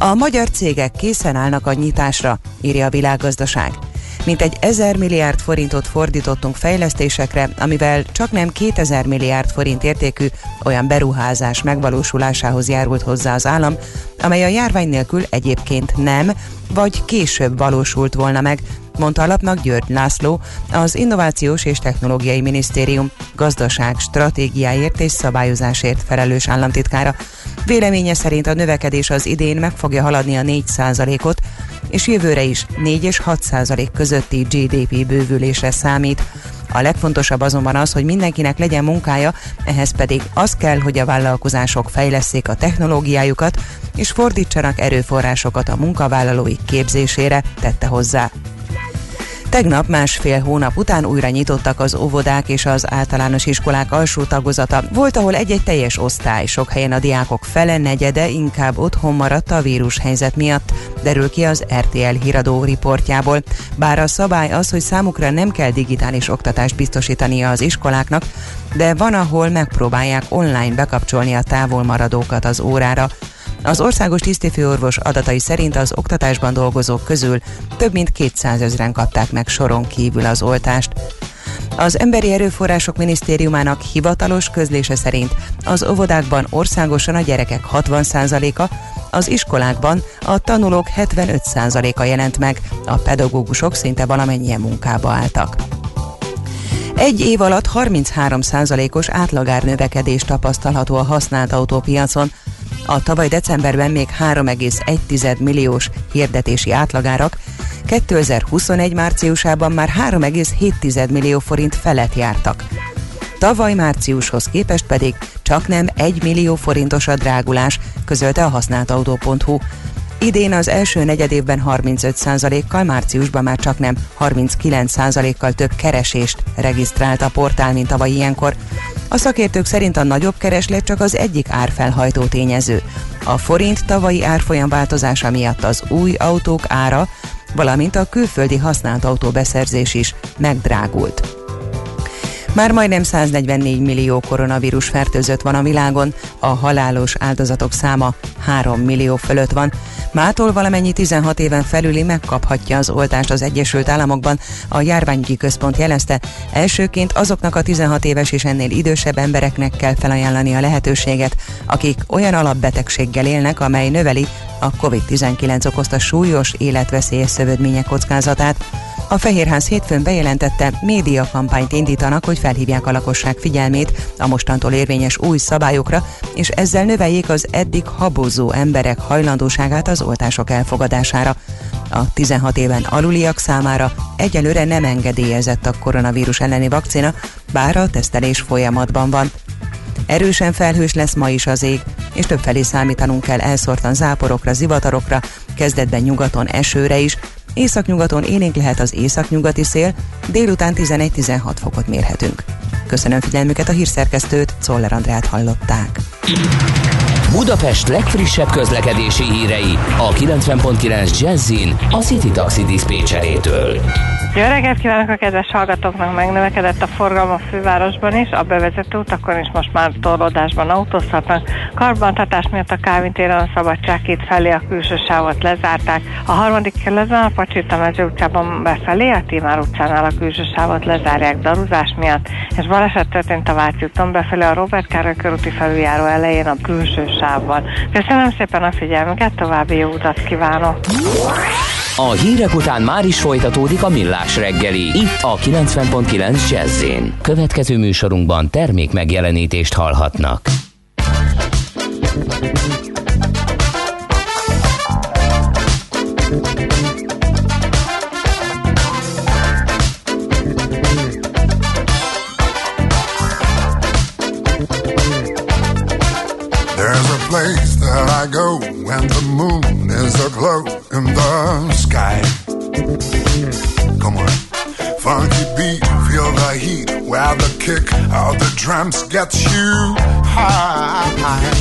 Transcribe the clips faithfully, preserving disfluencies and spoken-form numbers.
A magyar cégek készen állnak a nyitásra, írja a Világgazdaság. Mintegy ezer milliárd forintot fordítottunk fejlesztésekre, amivel csaknem kétezer milliárd forint értékű olyan beruházás megvalósulásához járult hozzá az állam, amely a járvány nélkül egyébként nem, vagy később valósult volna meg, mondta a lapnak György László, az Innovációs és Technológiai Minisztérium gazdaság stratégiáért és szabályozásért felelős államtitkára. Véleménye szerint a növekedés az idén meg fogja haladni a négy százalékot, és jövőre is négy és hat százalék közötti gé dé pé bővülésre számít. A legfontosabb azonban az, hogy mindenkinek legyen munkája, ehhez pedig az kell, hogy a vállalkozások fejlesszék a technológiájukat, és fordítsanak erőforrásokat a munkavállalói képzésére, tette hozzá. Tegnap másfél hónap után újra nyitottak az óvodák és az általános iskolák alsó tagozata. Volt, ahol egy-egy teljes osztály, sok helyen a diákok fele negyede inkább otthon maradt a vírushelyzet miatt, derül ki az er té el híradó riportjából. Bár a szabály az, hogy számukra nem kell digitális oktatást biztosítania az iskoláknak, de van, ahol megpróbálják online bekapcsolni a távolmaradókat az órára. Az országos tisztifőorvos adatai szerint az oktatásban dolgozók közül több mint kétszázezren kapták meg soron kívül az oltást. Az Emberi Erőforrások Minisztériumának hivatalos közlése szerint az óvodákban országosan a gyerekek hatvan százaléka, az iskolákban a tanulók hetvenöt százaléka jelent meg, a pedagógusok szinte valamennyien munkába álltak. Egy év alatt harminchárom százalékos átlagár növekedés tapasztalható a használt autópiacon. A tavaly decemberben még három egész egy milliós hirdetési átlagárak kétezer-huszonegy márciusában már három egész hét millió forint felett jártak. Tavaly márciushoz képest pedig csaknem egy millió forintos a drágulás, közölte a használtautó pont hu. Idén az első negyedévben harmincöt százalékkal, márciusban már csaknem harminckilenc százalékkal több keresést regisztrált a portál, mint tavaly ilyenkor. A szakértők szerint a nagyobb kereslet csak az egyik árfelhajtó tényező. A forint tavalyi árfolyam változása miatt az új autók ára, valamint a külföldi használt autóbeszerzés is megdrágult. Már majdnem száznegyvennégy millió koronavírus fertőzött van a világon, a halálos áldozatok száma három millió fölött van. Mától valamennyi tizenhat éven felüli megkaphatja az oltást az Egyesült Államokban, a járványügyi központ jelezte. Elsőként azoknak a tizenhat éves és ennél idősebb embereknek kell felajánlani a lehetőséget, akik olyan alapbetegséggel élnek, amely növeli a kovid tizenkilenc okozta súlyos, életveszélyes szövődmények kockázatát. A Fehérház hétfőn bejelentette, médiakampányt indítanak, hogy felhívják a lakosság figyelmét a mostantól érvényes új szabályokra, és ezzel növeljék az eddig habozó emberek hajlandóságát az oltások elfogadására. A tizenhat éven aluliak számára egyelőre nem engedélyezett a koronavírus elleni vakcina, bár a tesztelés folyamatban van. Erősen felhős lesz ma is az ég, és többfelé számítanunk kell elszórtan záporokra, zivatarokra, kezdetben nyugaton esőre is. Északnyugaton élénk lehet az északnyugati szél, délután tizenegy-tizenhat fokot mérhetünk. Köszönöm figyelmüket, a hírszerkesztőt, Czoller Andrát hallották. Budapest legfrissebb közlekedési hírei a kilencven pont kilenc Jazzin a City Taxi diszpécserétől. Jó reggelt kívánok a kedves hallgatóknak! Megnövekedett a forgalom a fővárosban is, a bevezető utakon is most már torlódásban autózhatnak. Karbantartás miatt a Kálvin téren a Szabadság híd felé a külső sávot lezárták. A harmadik kerületben a Pacsirta Mező utcában befelé a Tímár utcánál a külső sávot lezárják daruzás miatt, és baleset történt a Váci úton befelé a Róbert Károly körúti felüljáró elején a külső sávban. Köszönöm szépen a figyelmüket, további jó utat kívánok! A hírek után már is folytatódik a Millás reggeli, itt a kilencven pont kilenc Jazz-én. Következő műsorunkban termék megjelenítést hallhatnak. There's a place that I go when the moon is aglow in the sky. Come on. Funky beat, feel the heat, where the kick of the drums gets you high.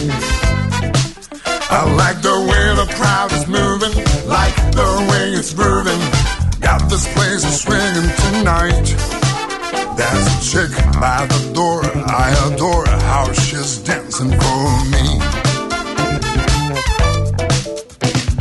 I like the way the crowd is moving, like the way it's grooving. Got this place swinging tonight. There's a chick by the door, I adore how she's dancing for me.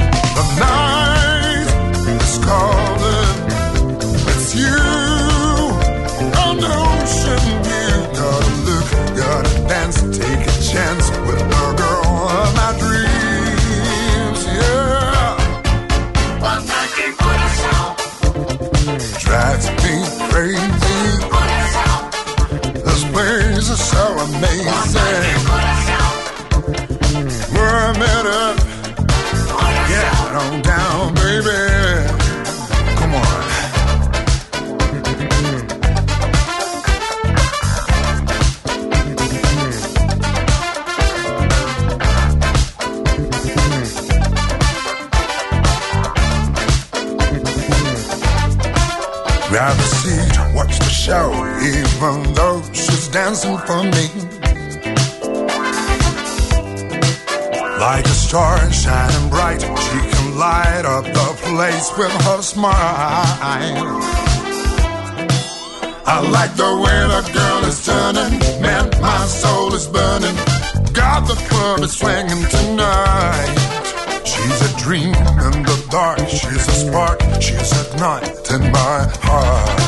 grab a seat, watch the show, even though she's dancing for me. Like a star shining bright, she can light up the place with her smile. I like the way the girl is turning, man, my soul is burning. God, the club is swinging tonight. She's a dream in the dark, she's a spark, she's igniting my heart.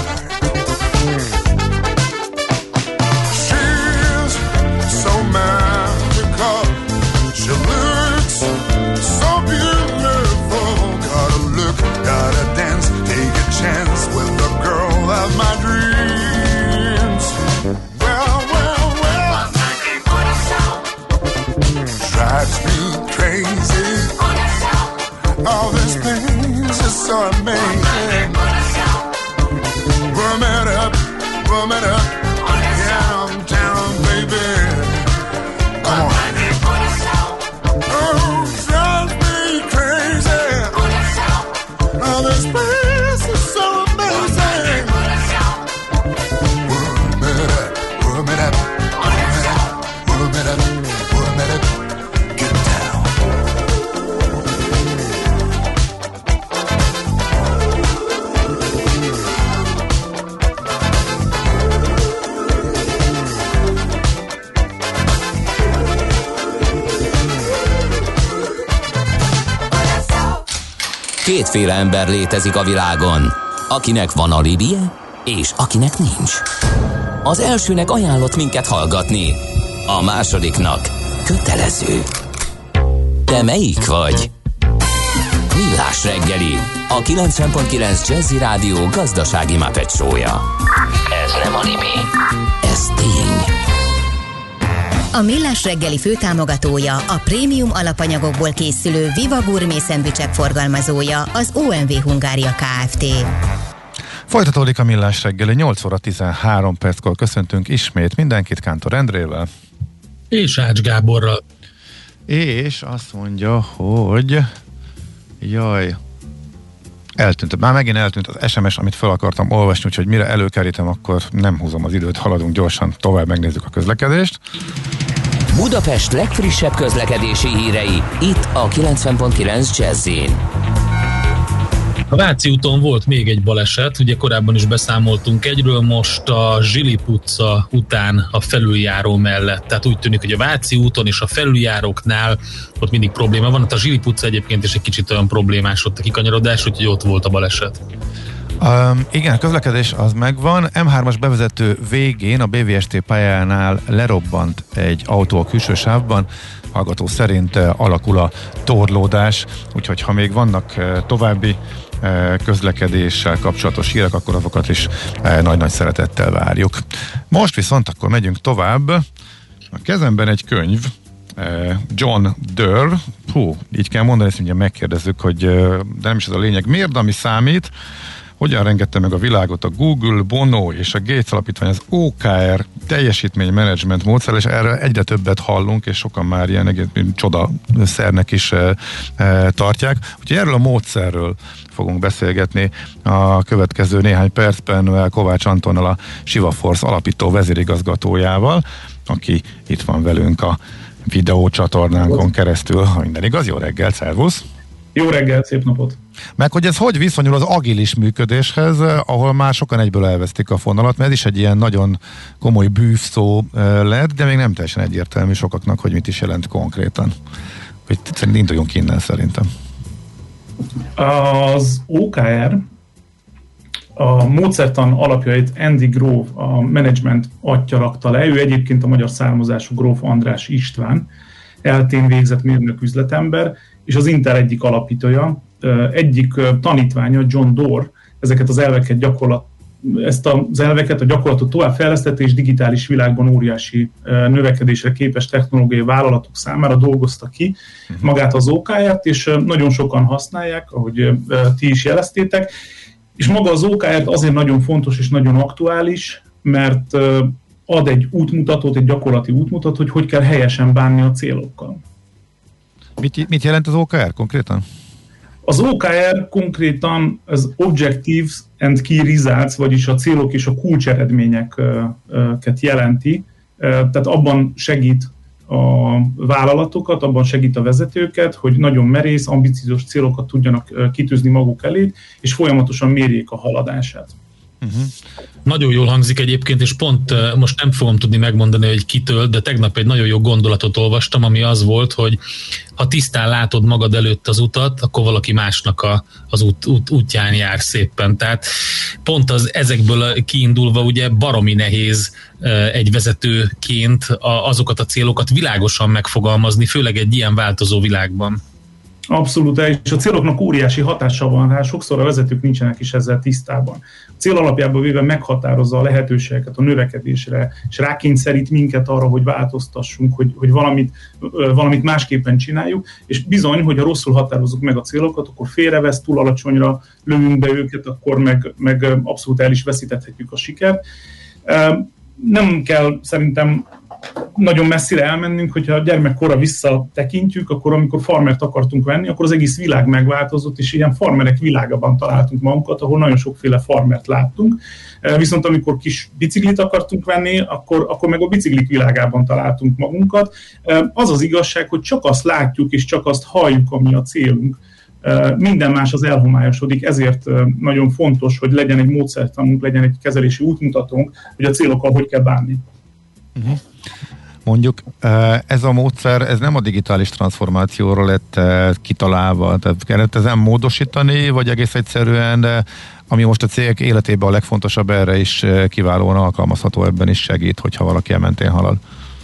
She's so magical, she looks so beautiful. Gotta look, gotta dance, take a chance with the girl of my dreams. Well, well, well, drives me crazy. All this things is so amazing. Warm it up, warm it up. Downtown, baby. Come on. Oh, drives me crazy. All this place is so amazing. Warm it up, warm it up, warm it up, warm it up. Get down. Kétféle ember létezik a világon, akinek van alibije, és akinek nincs. Az elsőnek ajánlott minket hallgatni, a másodiknak kötelező. Te melyik vagy? Millás reggeli, a kilencven pont kilenc Jazzy Rádió gazdasági Muppet show-ja. Ez nem anime, ez tény. A Millás reggeli főtámogatója, a prémium alapanyagokból készülő Viva Gourmet szendvicsek forgalmazója, az o em vé Hungária Kft. Folytatódik a Millás reggeli, nyolc óra tizenhárom perckor köszöntünk ismét mindenkit Kántor Endrével. És Ács Gáborral. És azt mondja, hogy jaj, eltűnt. Már megint eltűnt az es em es, amit fel akartam olvasni, úgyhogy mire előkerítem, akkor nem húzom az időt, haladunk gyorsan, tovább megnézzük a közlekedést. Budapest legfrissebb közlekedési hírei, itt a kilencven pont kilenc Jazzin. A Váci úton volt még egy baleset, ugye korábban is beszámoltunk egyről, most a Zsilip utca után a felüljáró mellett. Tehát úgy tűnik, hogy a Váci úton és a felüljáróknál ott mindig probléma van. Hát a Zsilip utca egyébként is egy kicsit olyan problémás ott a kikanyarodás, úgyhogy ott volt a baleset. Um, igen, a közlekedés az megvan. em hármas bevezető végén a bé vé es té pályánál lerobbant egy autó a külső sávban. Hallgató szerint uh, alakul a torlódás, úgyhogy ha még vannak uh, további uh, közlekedéssel kapcsolatos hírek, akkor azokat is uh, nagy-nagy szeretettel várjuk. Most viszont akkor megyünk tovább. A kezemben egy könyv, uh, John Doerr, hú, így kell mondani, ezt ugye megkérdezzük, hogy uh, de nem is ez a lényeg, miért, ami számít, hogyan rengette meg a világot a Google, Bono és a Gates alapítvány az o ká er teljesítménymenedzsment módszer, és erre egyre többet hallunk, és sokan már ilyen egész csodaszernek is e, e, tartják. Úgyhogy erről a módszerről fogunk beszélgetni a következő néhány percben Kovács Antonnal, a ShivaForce alapító vezérigazgatójával, aki itt van velünk a videócsatornánkon keresztül. Ha minden igaz, jó reggelt, szervusz! Jó reggelt, szép napot! Meg hogy ez hogy viszonyul az agilis működéshez, ahol már sokan egyből elvesztik a fonalat, mert ez is egy ilyen nagyon komoly bűvszó lett, de még nem teljesen egyértelmű sokaknak, hogy mit is jelent konkrétan. Hogy induljunk innen szerintem. Az o ká er a módszertan alapjait Andy Grove, a menedzsment atya rakta le. Ő egyébként a magyar származású Gróf András István, eltén végzett mérnök üzletember, és az Intel egyik alapítója, egyik tanítványa, John Doerr, ezeket az elveket gyakorlat, ezt az elveket, a gyakorlatot továbbfejlesztette, és digitális világban óriási növekedésre képes technológiai vállalatok számára dolgozta ki magát az o ká er-t, és nagyon sokan használják, ahogy ti is jeleztétek, és maga az o ká er azért nagyon fontos és nagyon aktuális, mert ad egy útmutatót, egy gyakorlati útmutatót, hogy hogy kell helyesen bánni a célokkal. Mit, mit jelent az o ká er konkrétan? Az o ká er konkrétan az Objectives and Key Results, vagyis a célok és a kulcseredményeket jelenti, tehát abban segít a vállalatokat, abban segít a vezetőket, hogy nagyon merész, ambiciózus célokat tudjanak kitűzni maguk elé, és folyamatosan mérjék a haladását. Uh-huh. Nagyon jól hangzik egyébként, és pont uh, most nem fogom tudni megmondani, hogy kitől, de tegnap egy nagyon jó gondolatot olvastam, ami az volt, hogy ha tisztán látod magad előtt az utat, akkor valaki másnak a, az út, út, útján jár szépen. Tehát pont az ezekből kiindulva ugye baromi nehéz uh, egy vezetőként a, azokat a célokat világosan megfogalmazni, főleg egy ilyen változó világban. Abszolút, és a céloknak óriási hatása van rá, sokszor a vezetők nincsenek is ezzel tisztában. A cél alapjában véve meghatározza a lehetőségeket a növekedésre, és rákényszerít minket arra, hogy változtassunk, hogy, hogy valamit, valamit másképpen csináljuk, és bizony, hogy ha rosszul határozzuk meg a célokat, akkor félrevesz, túl alacsonyra lövünk be őket, akkor meg, meg abszolút el is veszíthetjük a sikert. Nem kell szerintem nagyon messzire elmennünk, hogyha a gyermekkora visszatekintjük, akkor amikor farmert akartunk venni, akkor az egész világ megváltozott, és ilyen farmerek világában találtunk magunkat, ahol nagyon sokféle farmert láttunk. Viszont amikor kis biciklit akartunk venni, akkor, akkor meg a biciklik világában találtunk magunkat. Az az igazság, hogy csak azt látjuk, és csak azt halljuk, ami a célunk. Minden más az elhomályosodik, ezért nagyon fontos, hogy legyen egy módszertanunk, legyen egy kezelési útmutatónk, hogy a célokkal hogy kell bánni. Uh-huh. Mondjuk ez a módszer, ez nem a digitális transformációról lett kitalálva, tehát kellett ezen módosítani, vagy egész egyszerűen, de ami most a cégek életében a legfontosabb, erre is kiválóan alkalmazható, ebben is segít, hogyha valaki elmentén halad.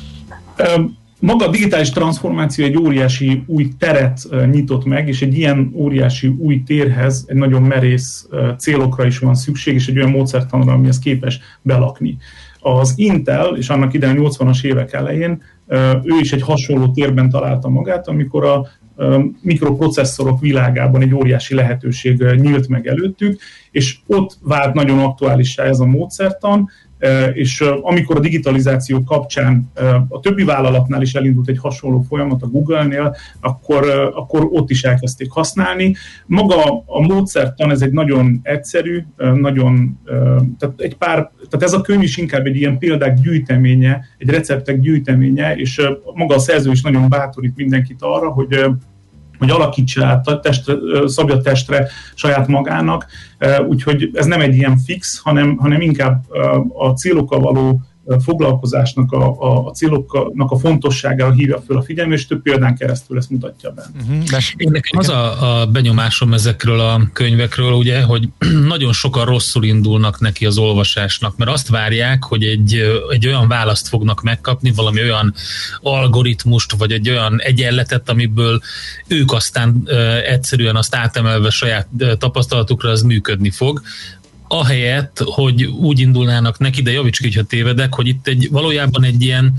Maga a digitális transformáció egy óriási új teret nyitott meg, és egy ilyen óriási új térhez egy nagyon merész célokra is van szükség, és egy olyan módszertanra, amihez képes belakni. Az Intel, és annak idején a nyolcvanas évek elején, ő is egy hasonló térben találta magát, amikor a mikroprocesszorok világában egy óriási lehetőség nyílt meg előttük, és ott vált nagyon aktuálissá ez a módszertan, és amikor a digitalizáció kapcsán a többi vállalatnál is elindult egy hasonló folyamat a Google-nél, akkor, akkor ott is elkezdték használni. Maga a módszertan, ez egy nagyon egyszerű, nagyon, tehát, egy pár, tehát ez a könyv is inkább egy ilyen példák gyűjteménye, egy receptek gyűjteménye, és maga a szerző is nagyon bátorít mindenkit arra, hogy hogy alakítsa át, testre, szabja testre saját magának, úgyhogy ez nem egy ilyen fix, hanem, hanem inkább a célokkal való foglalkozásnak, a, a, a céloknak a fontosságára hívja föl a figyelmet, és több példán keresztül ezt mutatja be. Uh-huh. Én nekem az a, a benyomásom ezekről a könyvekről, ugye, hogy nagyon sokan rosszul indulnak neki az olvasásnak, mert azt várják, hogy egy, egy olyan választ fognak megkapni, valami olyan algoritmust, vagy egy olyan egyenletet, amiből ők aztán uh, egyszerűen azt átemelve saját uh, tapasztalatukra, az működni fog. Ahelyett, hogy úgy indulnának neki, de javíts ki, hogyha tévedek, hogy itt egy, valójában egy ilyen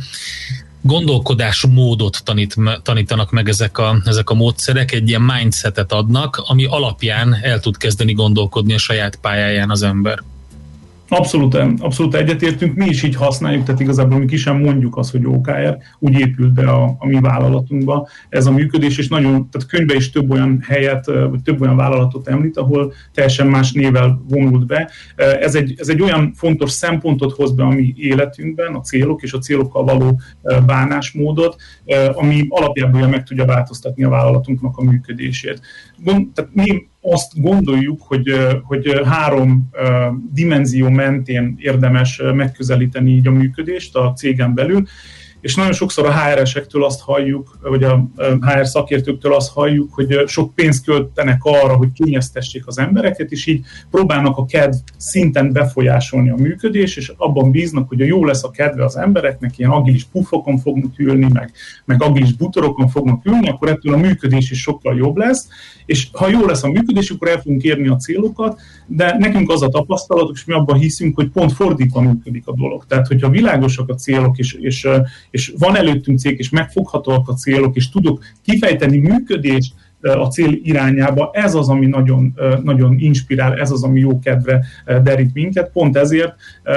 gondolkodásmódot tanít, tanítanak meg ezek a, ezek a módszerek, egy ilyen mindsetet adnak, ami alapján el tud kezdeni gondolkodni a saját pályáján az ember. Abszolút, abszolút egyetértünk, mi is így használjuk, tehát igazából mi ki sem mondjuk azt, hogy o ká er, úgy épült be a, a mi vállalatunkba ez a működés, és nagyon, tehát könyvben is több olyan helyet, vagy több olyan vállalatot említ, ahol teljesen más névvel vonult be. Ez egy, ez egy olyan fontos szempontot hoz be a mi életünkben, a célok és a célokkal való bánásmódot, ami alapjában meg tudja változtatni a vállalatunknak a működését. Tehát mi azt gondoljuk, hogy, hogy három dimenzió mentén érdemes megközelíteni így a működést a cégen belül, és nagyon sokszor a há er esektől azt halljuk, vagy a há er szakértőktől azt halljuk, hogy sok pénzt költenek arra, hogy kényeztessék az embereket, és így próbálnak a kedv szinten befolyásolni a működés, és abban bíznak, hogy jó lesz a kedve az embereknek, ilyen agilis puffokon fognak ülni, meg, meg agilis butorokon fognak ülni, akkor ettől a működés is sokkal jobb lesz, és ha jó lesz a működés, akkor el fogunk érni a célokat, de nekünk az a tapasztalatok, és mi abban hiszünk, hogy pont fordítva működik a dolog. Tehát, hogyha világosak a célok, és, és, és van előttünk cég, és megfoghatóak a célok, és tudok kifejteni működést a cél irányába, ez az, ami nagyon, nagyon inspirál, ez az, ami jó kedvre derít minket. Pont ezért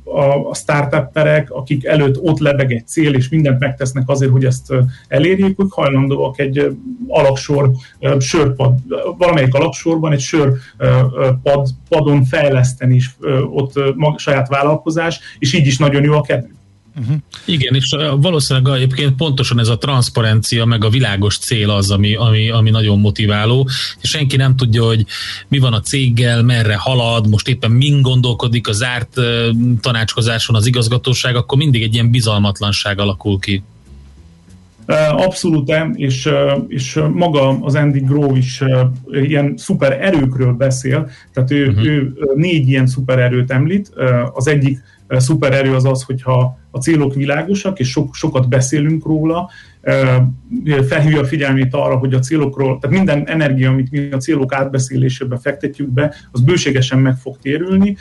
a, a startupperek, akik előtt ott lebeg egy cél, és mindent megtesznek azért, hogy ezt elérjék, hogy hajlandóak egy alaksor, sörpad, valamelyik alapsorban egy sörpad, padon fejleszteni is ott saját vállalkozás, és így is nagyon jó a kedvük. Uh-huh. Igen, és valószínűleg egyébként pontosan ez a transzparencia, meg a világos cél az, ami, ami, ami nagyon motiváló, és senki nem tudja, hogy mi van a céggel, merre halad, most éppen min gondolkodik a zárt uh, tanácskozáson az igazgatóság, akkor mindig egy ilyen bizalmatlanság alakul ki. Abszolút, és, és maga az Andy Grove is ilyen szuper erőkről beszél, tehát ő, uh-huh. ő négy ilyen szuper erőt említ. Az egyik szuper erő az az, hogyha a célok világosak, és so, sokat beszélünk róla, felhívja a figyelmét arra, hogy a célokról, tehát minden energia, amit mi a célok átbeszélésébe fektetjük be, az bőségesen meg fog térülni,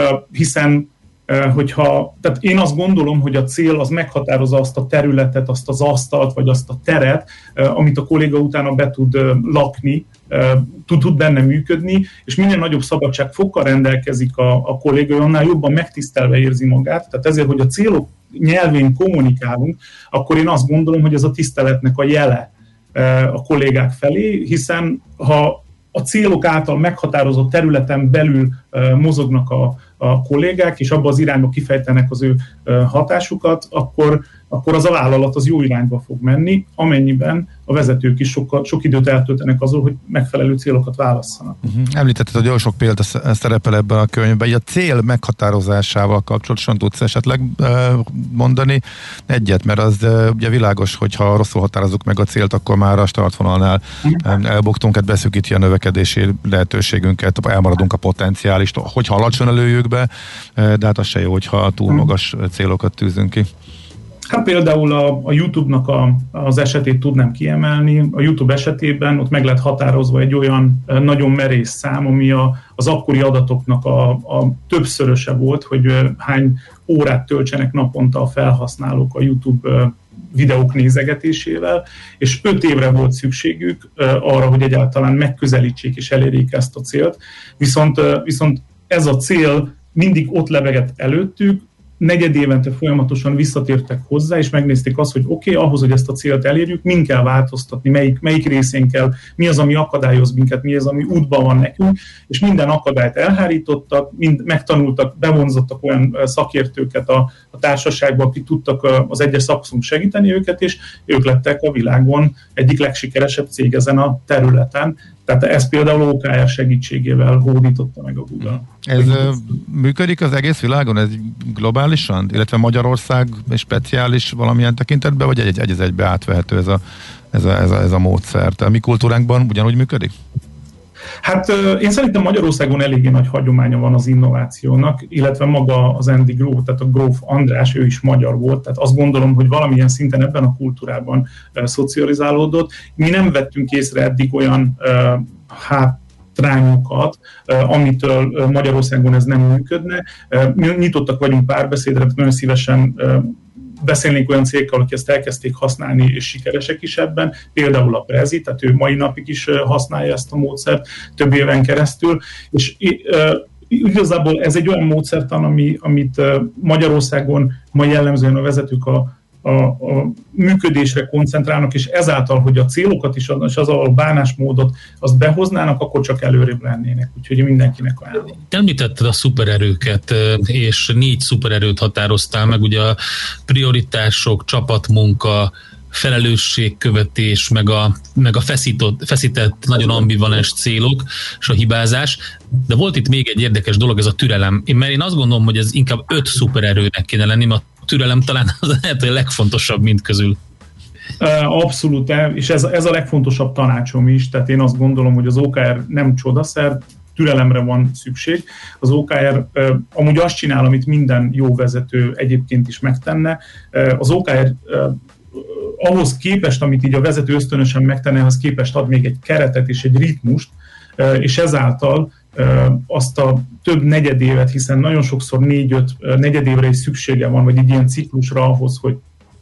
hiszen hogyha, tehát én azt gondolom, hogy a cél az meghatározza azt a területet, azt az asztalt, vagy azt a teret, amit a kolléga utána be tud lakni, tud, tud benne működni, és minél nagyobb szabadságfokkal rendelkezik a, a kolléga, annál jobban megtisztelve érzi magát. Tehát ezért, hogy a célok nyelvén kommunikálunk, akkor én azt gondolom, hogy ez a tiszteletnek a jele a kollégák felé, hiszen ha a célok által meghatározott területen belül mozognak a, a kollégák, és abba az irányba kifejtenek az ő hatásukat, akkor, akkor az a vállalat az jó irányba fog menni, amennyiben a vezetők is sokkal, sok időt eltöltenek azon, hogy megfelelő célokat válasszanak. Uh-huh. Említetted, hogy olyan sok példa szerepel ebben a könyvben, így a cél meghatározásával kapcsolatosan tudsz esetleg mondani egyet, mert az ugye világos, hogy ha rosszul határozzuk meg a célt, akkor már a startvonalnál uh-huh. elbuktunk, hát beszűkíti a növekedési lehetőségünket, elmaradunk a potenciális, hogyha alacsony lőjük be, de hát az se jó, hogyha túl magas célokat tűzünk ki. Hát például a, a YouTube-nak a, az esetét tudnám kiemelni. A YouTube esetében ott meg lett határozva egy olyan nagyon merész szám, ami a, az akkori adatoknak a, a többszöröse volt, hogy hány órát töltsenek naponta a felhasználók a YouTube videók nézegetésével, és öt évre volt szükségük arra, hogy egyáltalán megközelítsék és elérjék ezt a célt. Viszont, viszont ez a cél mindig ott lebegett előttük, negyed évente folyamatosan visszatértek hozzá, és megnézték azt, hogy oké, okay, ahhoz, hogy ezt a célt elérjük, min kell változtatni, melyik, melyik részén kell, mi az, ami akadályoz minket, mi az, ami útban van nekünk, és minden akadályt elhárítottak, mind megtanultak, bevonzottak olyan szakértőket a, a társaságba, akik tudtak az egyes szakaszunk segíteni őket, és ők lettek a világon egyik legsikeresebb cég ezen a területen. Tehát ez például o ká er segítségével hódította meg a Google. Ez működik az egész világon, ez globálisan? Illetve Magyarország speciális valamilyen tekintetben, vagy egy, egy, egy egybe átvehető ez a, ez, a, ez, a, ez a módszer? A mi kultúránkban ugyanúgy működik? Hát én szerintem Magyarországon eléggé nagy hagyománya van az innovációnak, illetve maga az Andy Grove, tehát a Grove András, ő is magyar volt, tehát azt gondolom, hogy valamilyen szinten ebben a kultúrában szocializálódott. Mi nem vettünk észre eddig olyan hát trányokat, amitől Magyarországon ez nem működne. Mi nyitottak vagyunk párbeszédre, nagyon szívesen beszélnénk olyan cégekkel, akik ezt elkezdték használni, és sikeresek is ebben, például a Prezi, tehát ő mai napig is használja ezt a módszert több éven keresztül, és igazából ez egy olyan módszertan, ami, amit Magyarországon ma jellemzően a vezetők a A, a működésre koncentrálnak, és ezáltal, hogy a célokat is, és az a bánásmódot azt behoznának, akkor csak előrébb lennének. Úgyhogy mindenkinek ajánlom. Említetted a szupererőket, és négy szupererőt határoztál meg, ugye a prioritások, csapatmunka, felelősségkövetés, meg a, meg a feszított, feszített, nagyon ambivalens célok, és a hibázás. De volt itt még egy érdekes dolog, ez a türelem. Én, mert én azt gondolom, hogy ez inkább öt szupererőnek kéne lenni, mert a türelem talán az lehet, hogy a legfontosabb mind közül. Abszolút, és ez, ez a legfontosabb tanácsom is, tehát én azt gondolom, hogy az o ká er nem csodaszer, türelemre van szükség. Az o ká er uh, amúgy azt csinál, amit minden jó vezető egyébként is megtenne. Uh, az o ká er uh, ahhoz képest, amit így a vezető ösztönösen megtenne, ahhoz képest ad még egy keretet és egy ritmust, uh, és ezáltal uh, azt a több negyedévet, hiszen nagyon sokszor négy-öt negyedévre is szüksége van, vagy egy ilyen ciklusra ahhoz, hogy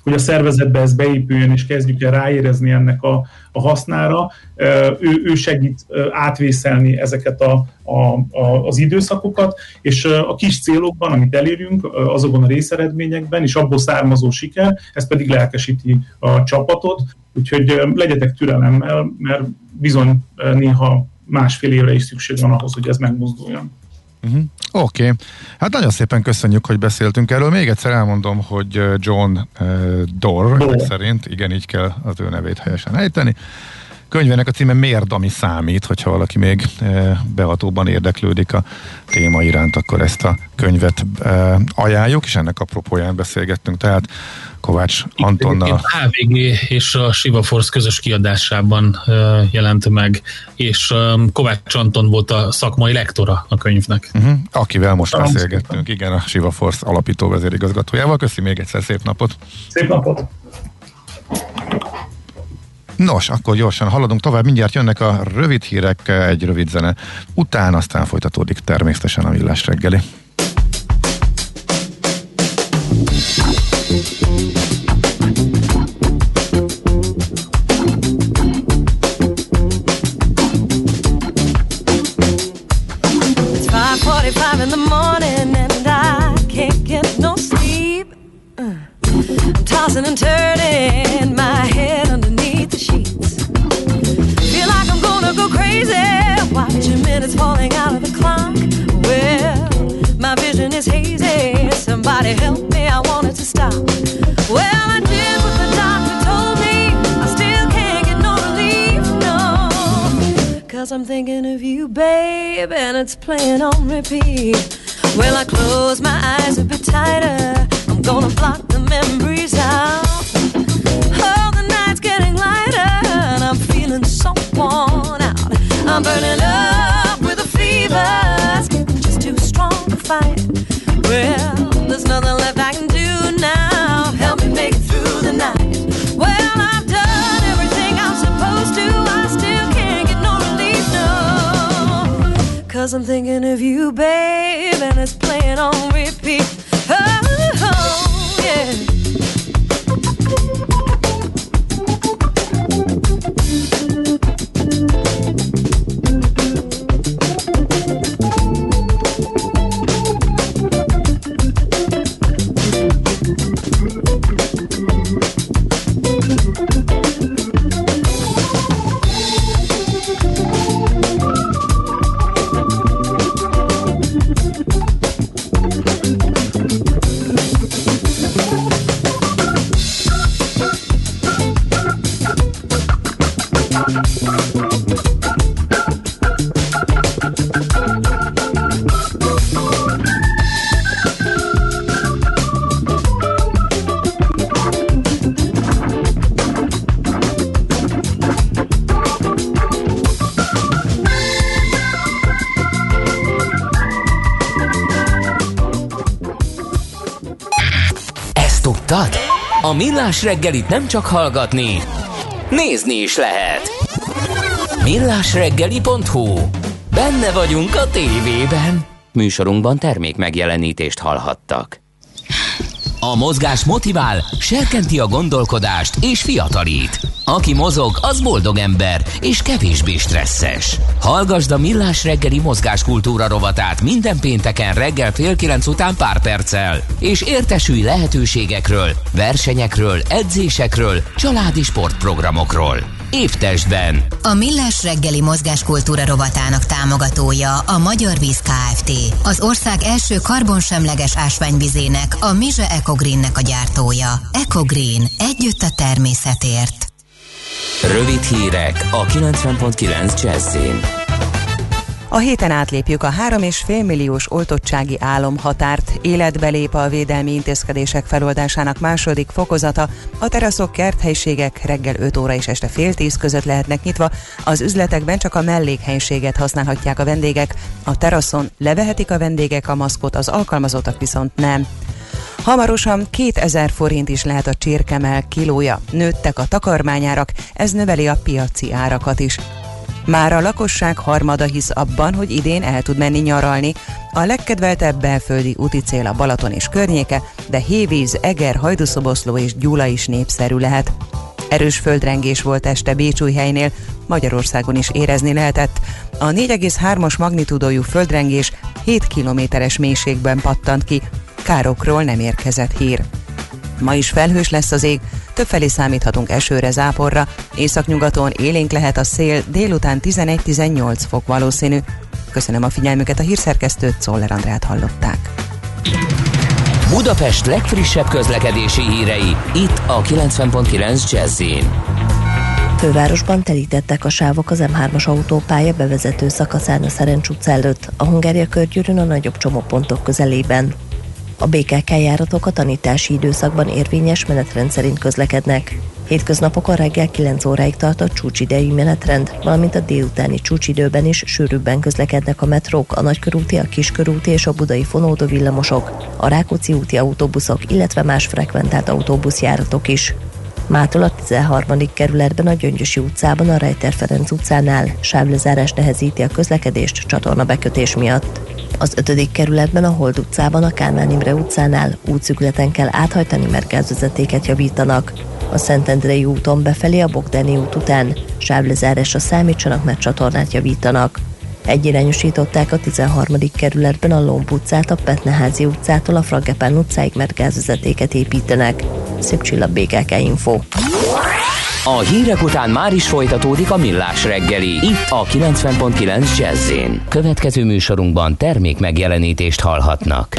hogy a szervezetbe ez beépüljön, és kezdjük el ráérezni ennek a, a hasznára. Ő, ő segít átvészelni ezeket a, a, a, az időszakokat, és a kis célokban, amit elérjünk, azokon a részeredményekben, és abból származó siker, ez pedig lelkesíti a csapatot, úgyhogy legyetek türelemmel, mert bizony néha másfél évre is szükség van ahhoz, hogy ez megmozduljon. Uh-huh. Oké, okay. Hát nagyon szépen köszönjük, hogy beszéltünk erről. Még egyszer elmondom, hogy John uh, Doerr, Doerr szerint, igen, így kell az ő nevét helyesen ejteni. Könyvének a címe Mérd, ami számít, hogyha valaki még uh, behatóban érdeklődik a téma iránt, akkor ezt a könyvet uh, ajánljuk, és ennek apropóján beszélgettünk, tehát Kovács Antonnal. A há vé gé és a Shiva Force közös kiadásában uh, jelent meg, és um, Kovács Anton volt a szakmai lektora a könyvnek. Uh-huh. Akivel most Talán beszélgettünk, szépen. Igen, a Shiva Force alapító vezérigazgatójával. Köszi még egyszer, szép napot! Szép napot! Nos, akkor gyorsan haladunk tovább, mindjárt jönnek a rövid hírek, egy rövid zene után, aztán folytatódik természetesen a Millás reggeli. It's five forty-five in the morning and I can't get no sleep. I'm tossing and turning my head underneath the sheets. Feel like I'm gonna go crazy, watching minutes falling out of the clock. Well, my vision is hazy, somebody help me, I want it to stop. Well, I did what the doctor told me, I still can't get no relief, no. Cause I'm thinking of you, babe, and it's playing on repeat. Well, I close my eyes a bit tighter, I'm gonna block the memories out. Oh, the night's getting lighter and I'm feeling so worn out. I'm burning up with a fever, it's getting just too strong to fight. Well, there's nothing left I can do now, help me make it through the night. Well, I've done everything I'm supposed to, I still can't get no relief, no. Cause I'm thinking of you, babe, and it's playing on repeat. Oh, oh yeah. A Millás reggelit nem csak hallgatni, nézni is lehet. millásreggeli pont hu. Benne vagyunk a tévében. Műsorunkban termék megjelenítést hallhattak. A mozgás motivál, serkenti a gondolkodást és fiatalít. Aki mozog, az boldog ember és kevésbé stresszes. Hallgasd a Millás reggeli mozgáskultúra rovatát minden pénteken reggel fél kilenc után pár perccel, és értesülj lehetőségekről, versenyekről, edzésekről, családi sportprogramokról. Épp testben. A Millás reggeli mozgáskultúra rovatának támogatója a Magyar Víz Kft. Az ország első karbonsemleges ásványvizének, a Mize Ecogreennek a gyártója. Ecogreen. Együtt a természetért. Rövid hírek a kilencven pont kilenc Jazzin. A héten átlépjük a három és fél milliós oltottsági álomhatárt, életbe lép a védelmi intézkedések feloldásának második fokozata, a teraszok, kerthelyiségek reggel öt óra és este fél tíz között lehetnek nyitva, az üzletekben csak a mellékhelyiséget használhatják a vendégek, a teraszon levehetik a vendégek a maszkot, az alkalmazottak viszont nem. Hamarosan kétezer forint is lehet a csirkemell kilója, nőttek a takarmányárak, ez növeli a piaci árakat is. Már a lakosság harmada hisz abban, hogy idén el tud menni nyaralni. A legkedveltebb belföldi úti cél a Balaton és környéke, de Hévíz, Eger, Hajdúszoboszló és Gyula is népszerű lehet. Erős földrengés volt este Bécsújhelynél, Magyarországon is érezni lehetett. A négy egész hármas magnitúdójú földrengés hét kilométeres mélységben pattant ki, károkról nem érkezett hír. Ma is felhős lesz az ég, többfelé számíthatunk esőre, záporra, északnyugaton élénk lehet a szél, délután tizenegy-tizennyolc fok valószínű. Köszönöm a figyelmüket, a hírszerkesztőt, Czoller Andrát hallották. Budapest legfrissebb közlekedési hírei, itt a kilencven pont kilenc Jazz-in. Fővárosban telítettek a sávok az M hármas autópálya bevezető szakaszán a Szerencs utca előtt, a Hungária körgyűrűn a nagyobb csomópontok közelében. A bé ká ká járatok a tanítási időszakban érvényes menetrend szerint közlekednek. Hétköznapokon reggel kilenc óráig tart a csúcsidejű menetrend, valamint a délutáni csúcsidőben is sűrűbben közlekednek a metrók, a Nagykörúti, a Kiskörúti és a Budai fonódó villamosok, a Rákóczi úti autóbuszok, illetve más frekventált autóbuszjáratok is. Mától a tizenharmadik kerületben a Gyöngyösi utcában a Rejter Ferenc utcánál sávlezárás nehezíti a közlekedést csatornabekötés miatt. Az ötödik kerületben a Hold utcában a Kálmán Imre utcánál útszűkületen kell áthajtani, mert gázvezetéket javítanak. A Szentendrei úton befelé a Bogdáni út után sávlezárásra számítsanak, mert csatornát javítanak. Egyirányosították a tizenharmadik kerületben a Lomb utcát a Petneházi utcától a Frangepán utcáig, mert gázvezetéket építenek. Szép Csilla, bé ká ká Info. A hírek után már is folytatódik a Millás reggeli, itt a kilencven pont kilenc Jazz-in. Következő műsorunkban termék megjelenítést hallhatnak.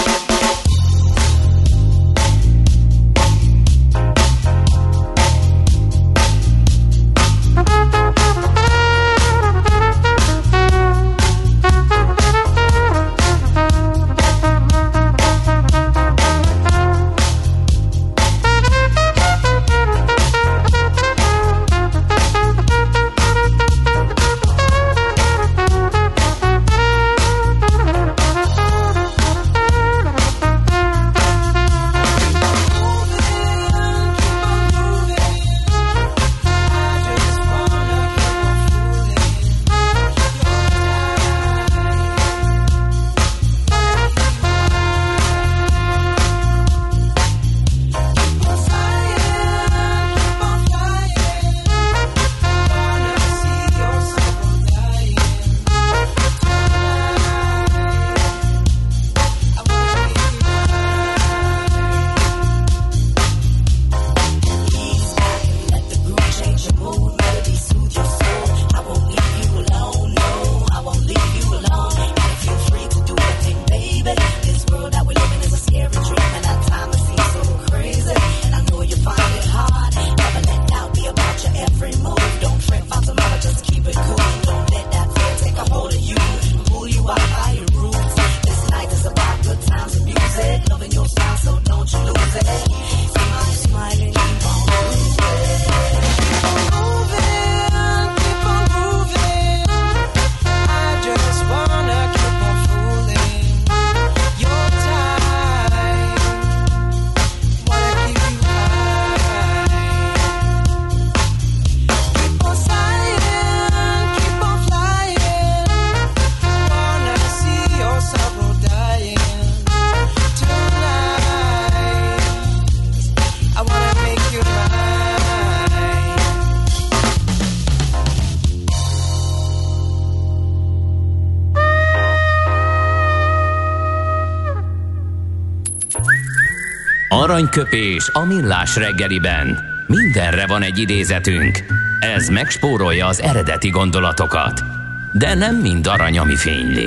Aranyköpés a Millás reggeliben. Mindenre van egy idézetünk. Ez megspórolja az eredeti gondolatokat. De nem mind arany, ami fényli.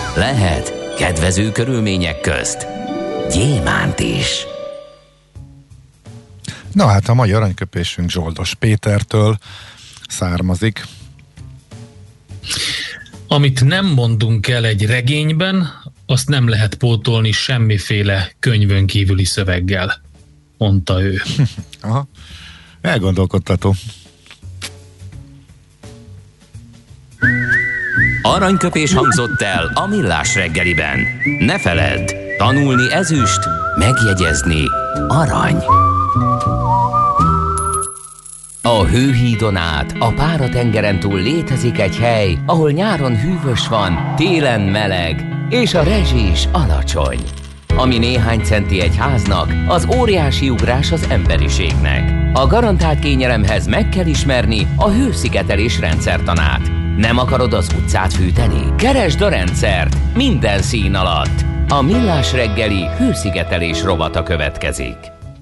Lehet kedvező körülmények közt gyémánt is. Na hát a mai aranyköpésünk Zsoldos Pétertől származik. Amit nem mondunk el egy regényben, azt nem lehet pótolni semmiféle könyvön kívüli szöveggel, mondta ő. Aha, elgondolkodtató. Aranyköpés hangzott el a Millás reggeliben. Ne feledd, tanulni ezüst, megjegyezni arany. A Hőhídon át, a Pára-tengeren túl létezik egy hely, ahol nyáron hűvös van, télen meleg, és a rezsi is alacsony. Ami néhány centi egy háznak, az óriási ugrás az emberiségnek. A garantált kényelemhez meg kell ismerni a hőszigetelés rendszertanát. Nem akarod az utcát fűteni? Keresd a rendszert minden szín alatt. A Millás reggeli hőszigetelés rovata következik.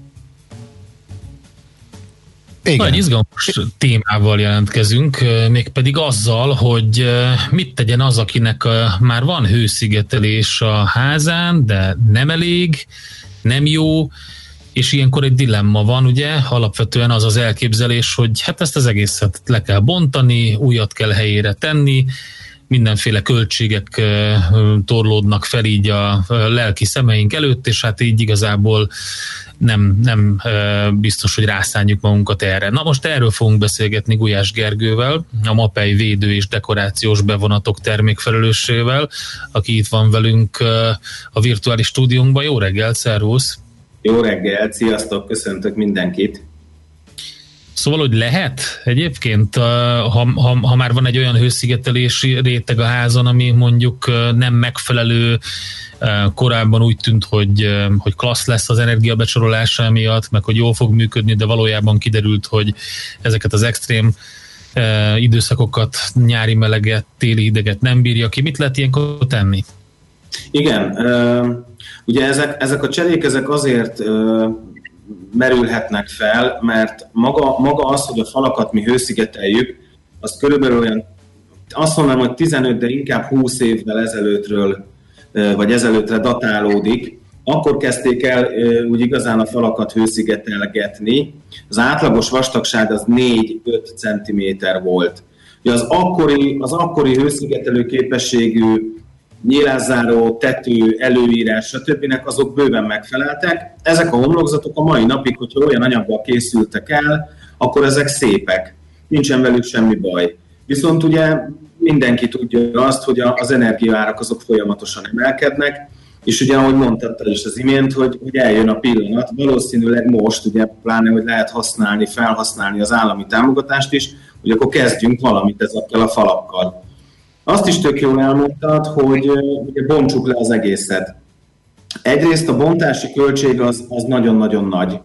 Igen. Nagy izgalmas témával jelentkezünk, mégpedig azzal, hogy mit tegyen az, akinek már van hőszigetelés a házán, de nem elég, nem jó, és ilyenkor egy dilemma van, ugye, alapvetően az az elképzelés, hogy hát ezt az egészet le kell bontani, újat kell helyére tenni, mindenféle költségek torlódnak fel így a lelki szemeink előtt, és hát így igazából nem, nem biztos, hogy rászánjuk magunkat erre. Na most erről fogunk beszélgetni Gulyás Gergővel, a Mapei védő és dekorációs bevonatok termékfelelősével, aki itt van velünk a virtuális stúdiónkban. Jó reggelt, szervusz! Jó reggelt, sziasztok, köszöntök mindenkit! Szóval, hogy lehet egyébként, ha, ha, ha már van egy olyan hőszigetelési réteg a házon, ami mondjuk nem megfelelő, korábban úgy tűnt, hogy, hogy klassz lesz az energiabecsorolása miatt, meg hogy jól fog működni, de valójában kiderült, hogy ezeket az extrém időszakokat, nyári meleget, téli hideget nem bírja ki. Mit lehet ilyenkor tenni? Igen, ugye ezek, ezek a cserék ezek azért merülhetnek fel, mert maga, maga az, hogy a falakat mi hőszigeteljük, az körülbelül olyan, azt mondanám, hogy tizenöt, de inkább húsz évvel ezelőttről, vagy ezelőttre datálódik. Akkor kezdték el úgy igazán a falakat hőszigetelgetni. Az átlagos vastagság az négy-öt centiméter volt. Ugye az akkori, az akkori hőszigetelő képességű nyílászáró, tető, előírás, stb. Azok bőven megfeleltek. Ezek a homlokzatok a mai napig, hogyha olyan anyaggal készültek el, akkor ezek szépek. Nincsen velük semmi baj. Viszont ugye mindenki tudja azt, hogy az energiaárak azok folyamatosan emelkednek, és ugye, ahogy mondtad is az imént, hogy, hogy eljön a pillanat, valószínűleg most, ugye pláne, hogy lehet használni, felhasználni az állami támogatást is, hogy akkor kezdjünk valamit ezekkel a falakkal. Azt is tök jól elmondtad, hogy ugye bontsuk le az egészet. Egyrészt a bontási költség az, az nagyon-nagyon nagy.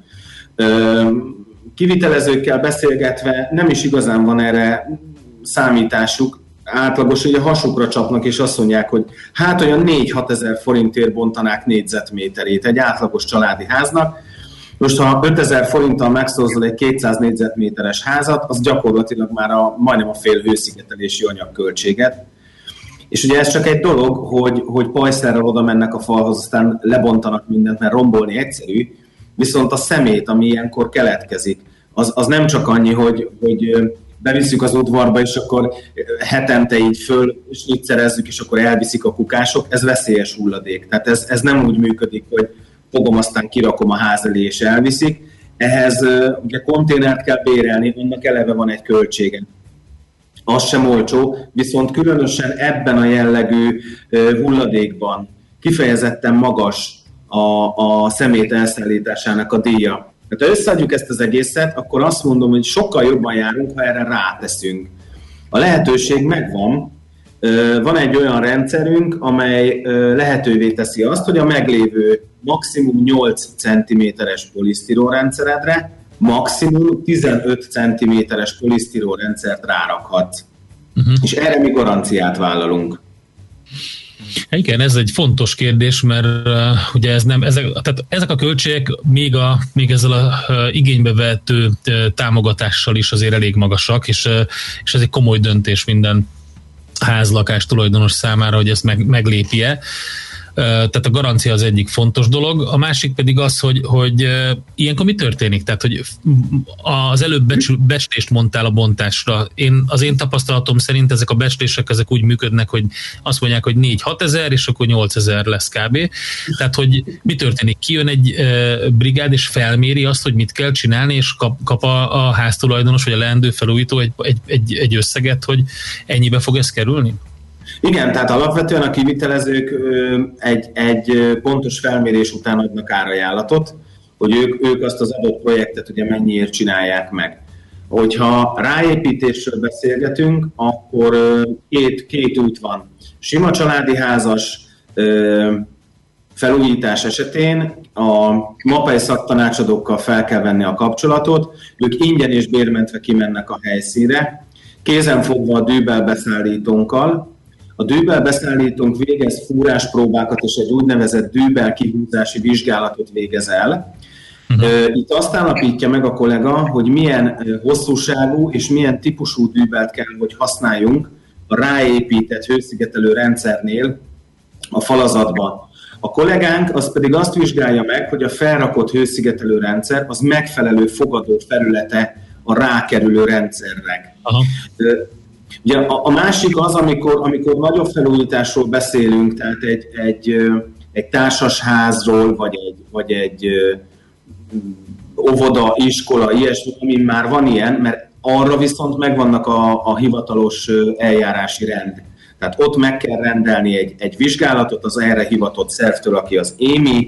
Kivitelezőkkel beszélgetve nem is igazán van erre számításuk. Átlagos, hogy a hasukra csapnak, és azt mondják, hogy hát olyan négy-hat ezer forintért bontanák négyzetméterét egy átlagos családi háznak. Most, ha ötezer forinttal megszózol egy kétszáz négyzetméteres házat, az gyakorlatilag már a, majdnem a fél hőszigetelési anyagköltséget. És ugye ez csak egy dolog, hogy, hogy pajszerrel oda mennek a falhoz, aztán lebontanak mindent, mert rombolni egyszerű, viszont a szemét, ami ilyenkor keletkezik, az, az nem csak annyi, hogy, hogy bevisszük az udvarba, és akkor hetente így föl sniccerezzük, és akkor elviszik a kukások, ez veszélyes hulladék. Tehát ez, ez nem úgy működik, hogy fogom, aztán kirakom a ház elé, és elviszik. Ehhez ugye konténert kell bérelni, annak eleve van egy költsége. Az sem olcsó, viszont különösen ebben a jellegű hulladékban kifejezetten magas a, a szemét elszállításának a díja. Tehát ha összeadjuk ezt az egészet, akkor azt mondom, hogy sokkal jobban járunk, ha erre ráteszünk. A lehetőség megvan. Van egy olyan rendszerünk, amely lehetővé teszi azt, hogy a meglévő maximum nyolc centiméteres polisztirol rendszeredre maximum tizenöt centiméteres polisztirol rendszert rárakhatsz. Uh-huh. És erre mi garanciát vállalunk. Igen, ez egy fontos kérdés, mert uh, ugye ez nem, ezek, tehát ezek a költségek még, a, még ezzel a uh, igénybe vehető uh, támogatással is azért elég magasak, és, uh, és ez egy komoly döntés minden házlakás tulajdonos számára, hogy ezt meg, meglépje. Tehát a garancia az egyik fontos dolog, a másik pedig az, hogy, hogy ilyenkor mi történik? Tehát, hogy az előbb becsül, becslést mondtál a bontásra. Én, az én tapasztalatom szerint ezek a becslések ezek úgy működnek, hogy azt mondják, hogy négy-hat ezer, és akkor nyolc ezer lesz kb. Tehát, hogy mi történik? Kijön egy brigád, és felméri azt, hogy mit kell csinálni, és kap, kap a, a háztulajdonos, vagy a leendő felújító egy, egy, egy, egy összeget, hogy ennyibe fog ez kerülni? Igen, tehát alapvetően a kivitelezők egy, egy pontos felmérés után adnak árajánlatot, hogy ők, ők azt az adott projektet ugye mennyiért csinálják meg. Hogyha ráépítésről beszélgetünk, akkor két, két út van. Sima családi házas felújítás esetén a MAPEI szaktanácsadókkal fel kell venni a kapcsolatot, ők ingyen és bérmentve kimennek a helyszínre, kézenfogva a dűbelbeszállítónkkal. A dűbelbeszállítónk végez fúráspróbákat és egy úgynevezett dűbel kihúzási vizsgálatot végez el. Itt azt állapítja meg a kollega, hogy milyen hosszúságú és milyen típusú dűbelt kell, hogy használjunk a ráépített hőszigetelő rendszernél a falazatban. A kollégánk az pedig azt vizsgálja meg, hogy a felrakott hőszigetelő rendszer az megfelelő fogadó felülete a rákerülő rendszernek. Aha. Ugye a, a másik az, amikor, amikor nagyobb felújításról beszélünk, tehát egy, egy, egy társasházról, vagy egy, vagy egy óvoda, iskola, ilyesmi, amin már van ilyen, mert arra viszont megvannak a, a hivatalos eljárási rend. Tehát ott meg kell rendelni egy, egy vizsgálatot az erre hivatott szervtől, aki az émi,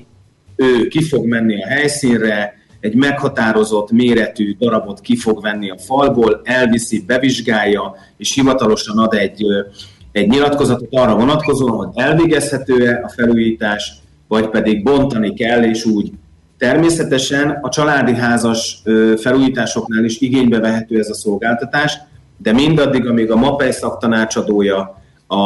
ő ki fog menni a helyszínre, egy meghatározott méretű darabot ki fog venni a falból, elviszi, bevizsgálja, és hivatalosan ad egy, egy nyilatkozatot arra vonatkozóan, hogy elvégezhető-e a felújítás, vagy pedig bontani kell, és úgy. Természetesen a családi házas felújításoknál is igénybe vehető ez a szolgáltatás, de mindaddig, amíg a MAPEI szaktanácsadója a,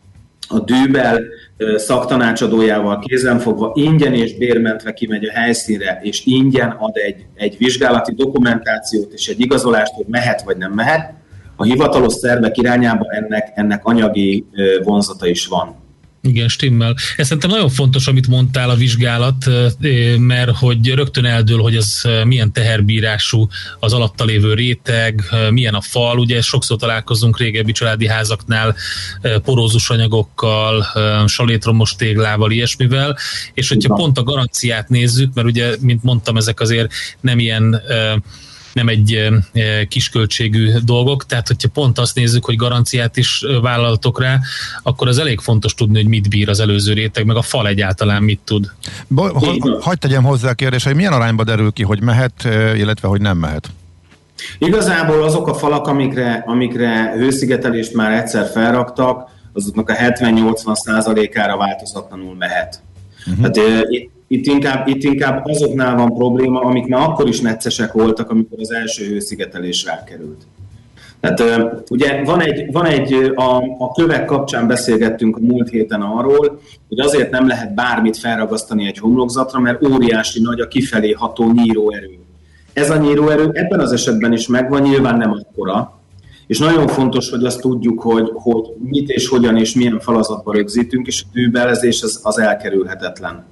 a dűbel szaktanácsadójával kézenfogva ingyen és bérmentve kimegy a helyszínre, és ingyen ad egy, egy vizsgálati dokumentációt és egy igazolást, hogy mehet vagy nem mehet, a hivatalos szervek irányába ennek, ennek anyagi vonzata is van. Igen, stimmel. Ez szerintem nagyon fontos, amit mondtál, a vizsgálat, mert hogy rögtön eldől, hogy ez milyen teherbírású az alatta lévő réteg, milyen a fal, ugye sokszor találkozunk régebbi családi házaknál porózus anyagokkal, salétromos téglával, ilyesmivel, és hogyha pont a garanciát nézzük, mert ugye, mint mondtam, ezek azért nem ilyen nem egy kisköltségű dolgok, tehát hogyha pont azt nézzük, hogy garanciát is vállaltok rá, akkor az elég fontos tudni, hogy mit bír az előző réteg, meg a fal egyáltalán mit tud. Bo- ha- hadd tegyem hozzá a kérdést, hogy milyen arányba derül ki, hogy mehet, illetve hogy nem mehet? Igazából azok a falak, amikre, amikre hőszigetelést már egyszer felraktak, azoknak a hetven-nyolcvan százalékára változatlanul mehet. Uh-huh. Tehát, Itt inkább, itt inkább azoknál van probléma, amik már akkor is neccesek voltak, amikor az első hőszigetelés rákerült. Tehát ugye van egy, van egy a, a kövek kapcsán beszélgettünk a múlt héten arról, hogy azért nem lehet bármit felragasztani egy homlokzatra, mert óriási nagy a kifelé ható nyíróerő. Ez a nyíróerő ebben az esetben is megvan, nyilván nem akkora, és nagyon fontos, hogy azt tudjuk, hogy, hogy mit és hogyan és milyen falazatba rögzítünk, és a dűbelezés az, az elkerülhetetlen.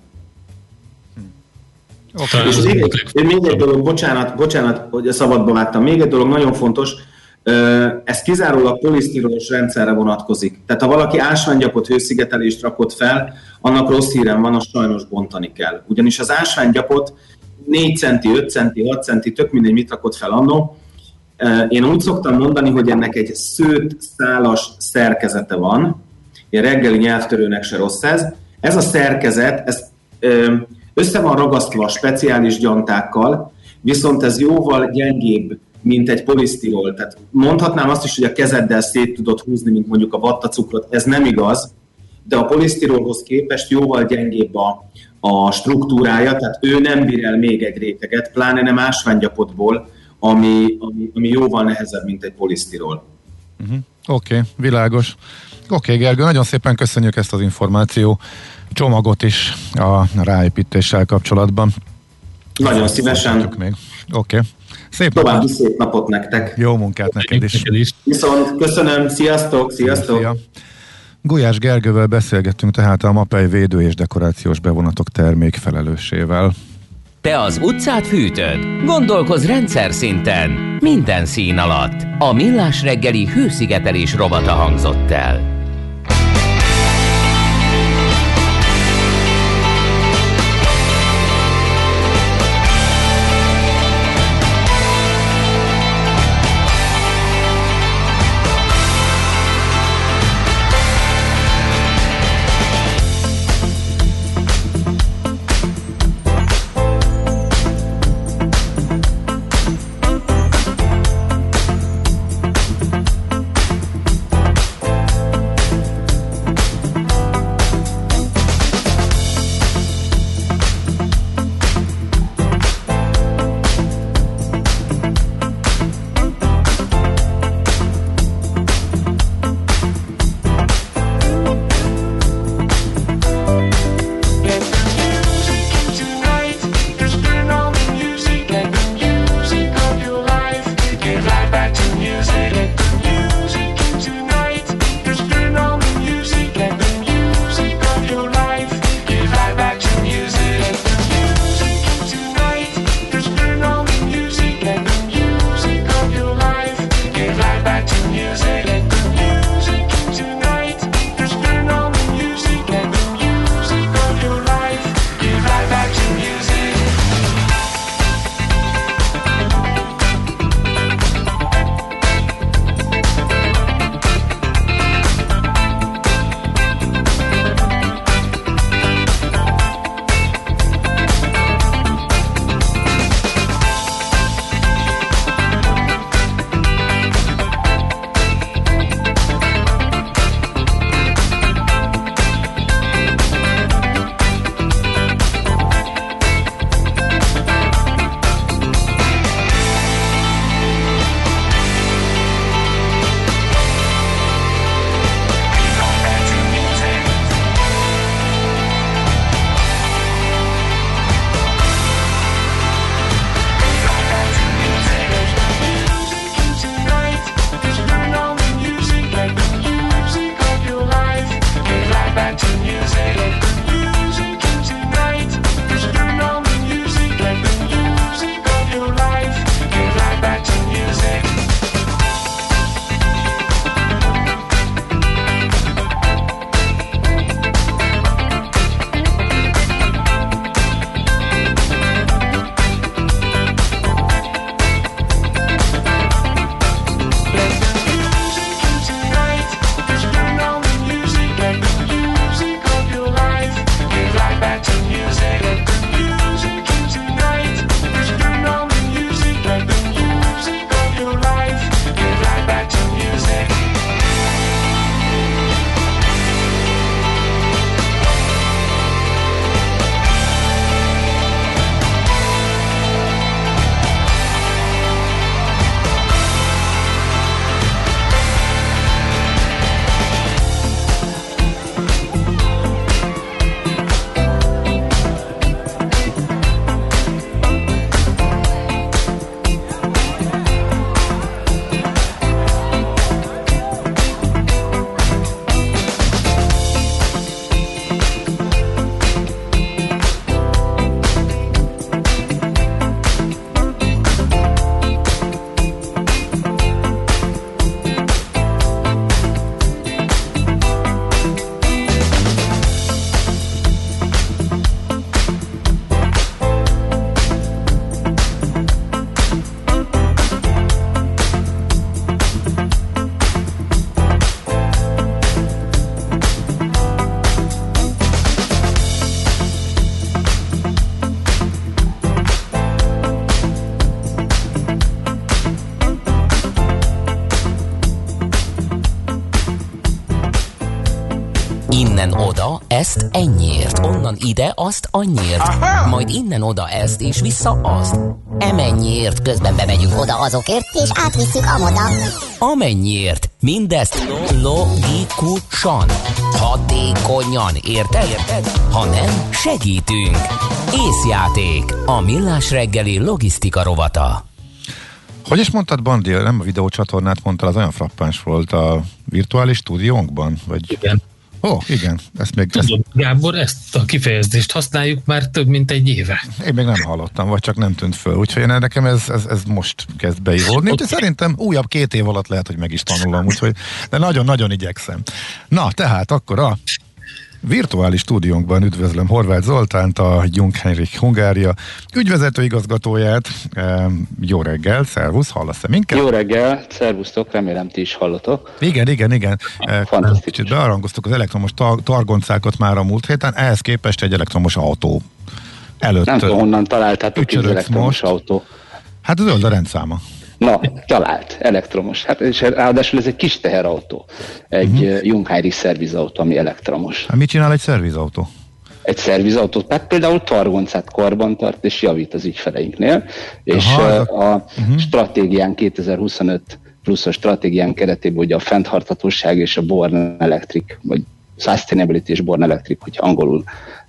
Okay. És még egy, még egy dolog, bocsánat, bocsánat, hogy a szabadba vágtam, még egy dolog nagyon fontos, ez kizárólag polisztirolos rendszerre vonatkozik. Tehát ha valaki ásványgyapot hőszigetelést rakott fel, annak rossz hírem van, azt sajnos bontani kell. Ugyanis az ásványgyapot négy centi, öt centi, hat centi, tök mindegy, mit rakott fel annó. Én úgy szoktam mondani, hogy ennek egy szőtt szálas szerkezete van, ilyen reggeli nyelvtörőnek se rossz ez. Ez a szerkezet, ez össze van ragasztva a speciális gyantákkal, viszont ez jóval gyengébb, mint egy polisztirol. Tehát mondhatnám azt is, hogy a kezeddel szét tudod húzni, mint mondjuk a vattacukrot, ez nem igaz, de a polisztirolhoz képest jóval gyengébb a, a struktúrája, tehát ő nem bír el még egy réteget, pláne nem ásványgyapotból, ami, ami, ami jóval nehezebb, mint egy polisztirol. Uh-huh. Oké, okay, világos. Oké, okay, Gergő, nagyon szépen köszönjük ezt az információ csomagot is a ráépítéssel kapcsolatban. Nagyon szívesen. Oké. Okay. Szép További napot. szép napot nektek. Jó munkát neked is. is. Viszont köszönöm, sziasztok, sziasztok. Szia. Gulyás Gergővel beszélgettünk tehát a MAPEI védő és dekorációs bevonatok termékfelelősével. Te az utcát fűtöd? Gondolkozz rendszer szinten. Minden szín alatt. A Millás reggeli hőszigetelés rovata hangzott el. Innen oda, ezt ennyiért, onnan ide, azt annyiért, aha, majd innen oda ezt, és vissza azt. Emennyiért, közben bemegyünk oda azokért, és átvisszük amoda. Amennyiért, mindezt logikusan, hatékonyan, érted? Érted? Ha nem, segítünk. Észjáték, a Millás reggeli logisztika rovata. Hogy is mondtad, Bandi, nem a videócsatornát mondtál, az olyan frappáns volt a virtuális stúdiónkban? Vagy... Igen. Ó, oh, igen. Ezt még, Tudod, ezt... Gábor, ezt a kifejezést használjuk már több mint egy éve. Én még nem hallottam, vagy csak nem tűnt föl. Úgyhogy én, nekem ez, ez, ez most kezd beivódni. Úgyhogy szerintem újabb két év alatt lehet, hogy meg is tanulom. Úgyhogy, de nagyon-nagyon igyekszem. Na, tehát akkor a virtuális stúdiónkban üdvözlöm Horváth Zoltánt, a Jungheinrich Hungária ügyvezető igazgatóját. Jó reggel, szervusz, hallasz-e minket? Jó reggel, szervusztok, remélem ti is hallotok. Igen, igen, igen. Kicsit bearangoztuk az elektromos tar- targoncákat már a múlt héten, ehhez képest egy elektromos autó előtt. Nem tudom, honnan találtátok az elektromos most. Autó. Hát zöld a rendszáma. Na, talált, elektromos. Hát, és ráadásul ez egy kis teherautó. Egy uh-huh. Jungheinrich szervizautó, ami elektromos. Hát mit csinál egy szervizautó? Egy szervizautó, hát például targoncát karban-tart és javít az ügyfeleinknél. És Aha, a, a uh-huh. stratégián kétezer-huszonöt pluszos stratégián keretében ugye a fenntarthatóság és a Born Electric, vagy Sustainability és Born Electric, hogy angolul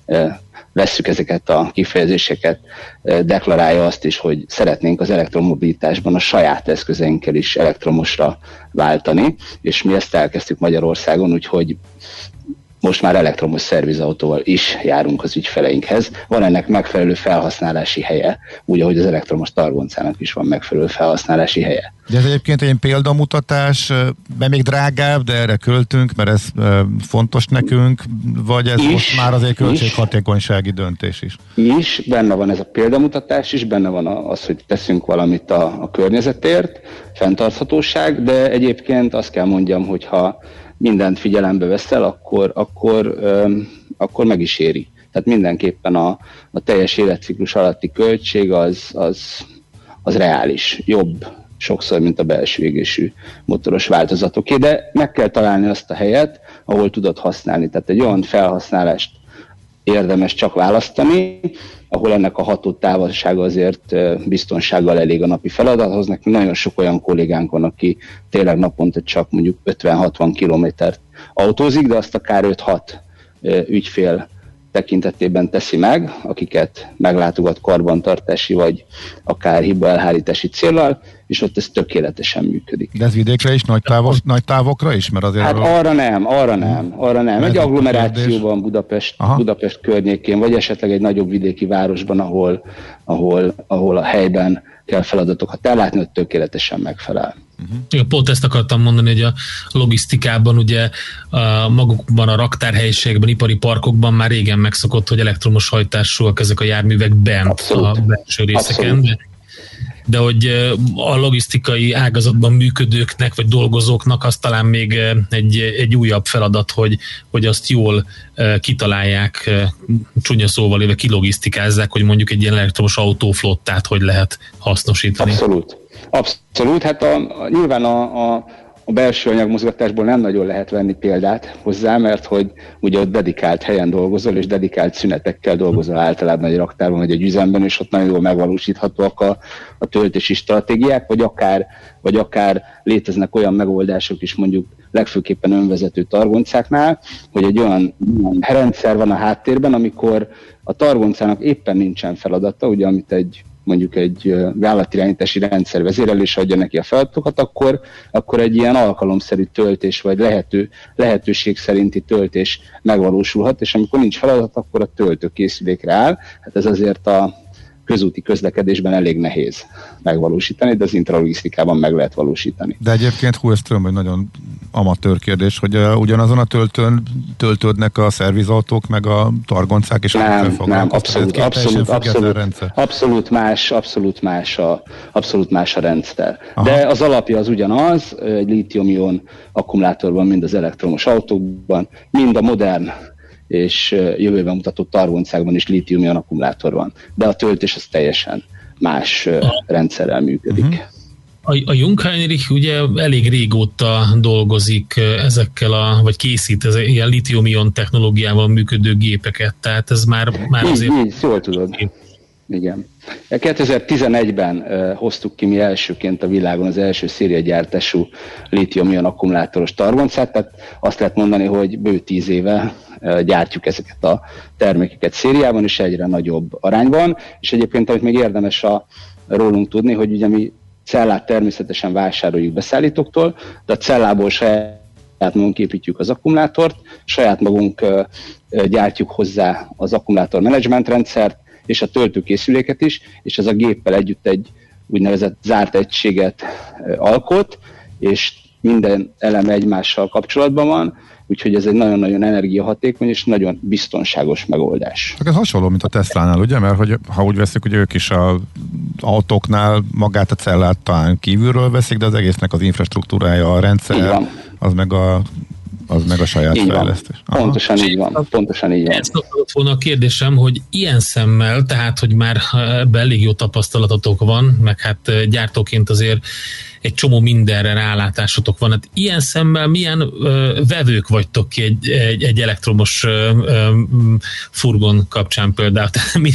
vesszük ezeket a kifejezéseket, deklarálja azt is, hogy szeretnénk az elektromobilitásban a saját eszközeinkkel is elektromosra váltani, és mi ezt elkezdtük Magyarországon, úgyhogy most már elektromos szervizautóval is járunk az ügyfeleinkhez. Van ennek megfelelő felhasználási helye, úgy, ahogy az elektromos targoncának is van megfelelő felhasználási helye. De ez egyébként egy példamutatás, mert még drágább, de erre költünk, mert ez fontos nekünk, vagy ez is, most már azért költséghatékonysági döntés is? Is, benne van ez a példamutatás is, benne van az, hogy teszünk valamit a, a környezetért, fenntarthatóság, de egyébként azt kell mondjam, hogy ha mindent figyelembe veszel, akkor, akkor, öm, akkor meg is éri. Tehát mindenképpen a, a teljes életciklus alatti költség az, az, az reális, jobb sokszor, mint a belső égésű motoros változatoké, de meg kell találni azt a helyet, ahol tudod használni. Tehát egy olyan felhasználást érdemes csak választani, ahol ennek a hatótávolsága azért biztonsággal elég a napi feladathoz. Nekünk nagyon sok olyan kollégánk van, aki tényleg naponta csak mondjuk ötven-hatvan kilométert autózik, de azt akár öt-hat ügyfél tekintetében teszi meg, akiket meglátogat karbantartási vagy akár hibaelhárítási céllal, és ott ez tökéletesen működik. De ez vidékre is, nagy, távos, nagy távokra is? Mert azért hát a... arra nem, arra nem, arra nem. Egy agglomerációban Budapest, Budapest környékén, vagy esetleg egy nagyobb vidéki városban, ahol, ahol, ahol a helyben kell feladatokat ellátni, hogy tökéletesen megfelel. Uh-huh. Pont ezt akartam mondani, hogy a logisztikában, ugye a magukban a raktárhelyiségben, ipari parkokban már régen megszokott, hogy elektromos hajtásúak ezek a járművek bent Abszolút. A belső részeken. De, de hogy a logisztikai ágazatban működőknek vagy dolgozóknak az talán még egy, egy újabb feladat, hogy, hogy azt jól kitalálják, csúnya szóval éve kilogisztikázzák, hogy mondjuk egy ilyen elektromos autóflottát hogy lehet hasznosítani. Abszolút. Abszolút, hát a, a, nyilván a, a, a belső anyagmozgatásból nem nagyon lehet venni példát hozzá, mert hogy ugye ott dedikált helyen dolgozol, és dedikált szünetekkel dolgozol általában egy raktárban, vagy egy üzemben, és ott nagyon jól megvalósíthatóak a, a töltési stratégiák, vagy akár, vagy akár léteznek olyan megoldások is, mondjuk legfőképpen önvezető targoncáknál, hogy egy olyan rendszer van a háttérben, amikor a targoncának éppen nincsen feladata, ugye amit egy mondjuk egy vállalatirányítási rendszer vezérel és adja neki a feladatokat, akkor, akkor egy ilyen alkalomszerű töltés, vagy lehető, lehetőség szerinti töltés megvalósulhat, és amikor nincs feladat, akkor a töltő készülékre áll. Hát ez azért a közúti közlekedésben elég nehéz megvalósítani, de az intralogisztikában meg lehet valósítani. De egyébként hú, ez tudom, hogy nagyon amatőr kérdés, hogy uh, ugyanazon a töltőn töltődnek a szervizautók, meg a targoncák, és nem, nem, abszolút, abszolút, abszolút, abszolút más, abszolút más a, abszolút más a rendszer. Aha. De az alapja az ugyanaz, egy lítium-ion akkumulátorban, mind az elektromos autókban, mind a modern és jövőben mutató targoncákban is lítium-ion akkumulátor van. De a töltés az teljesen más rendszerrel működik. Uh-huh. A, a Jungheinrich ugye elég régóta dolgozik ezekkel a, vagy készít ez ilyen litium-ion technológiával működő gépeket, tehát ez már, már így, azért... Így, jól tudod. Igen. kétezer-tizenegyben uh, hoztuk ki mi elsőként a világon az első szériagyártású lítium-ion akkumulátoros targoncát, tehát azt lehet mondani, hogy bő tíz éve uh, gyártjuk ezeket a termékeket szériában, és egyre nagyobb arányban, és egyébként amit még érdemes a, rólunk tudni, hogy ugye mi cellát természetesen vásároljuk beszállítóktól, de a cellából saját magunk építjük az akkumulátort, saját magunk uh, gyártjuk hozzá az akkumulátor menedzsment rendszert, és a töltőkészüléket is, és ez a géppel együtt egy úgynevezett zárt egységet alkot, és minden eleme egymással kapcsolatban van, úgyhogy ez egy nagyon-nagyon energiahatékony és nagyon biztonságos megoldás. Csak ez hasonló, mint a Teslánál, ugye? Mert hogy, ha úgy veszik, hogy ők is az autóknál magát a cellát talán kívülről veszik, de az egésznek az infrastruktúrája, a rendszer, az meg a az meg a saját így fejlesztés. Van. Pontosan így van. Pontosan így van. Ez szokott volna a kérdésem, hogy ilyen szemmel, tehát, hogy már ebben elég jó tapasztalatotok van, meg hát gyártóként azért egy csomó mindenre rálátásotok van. Hát ilyen szemmel milyen ö, vevők vagytok ki egy, egy, egy elektromos ö, ö, furgon kapcsán például? Mi,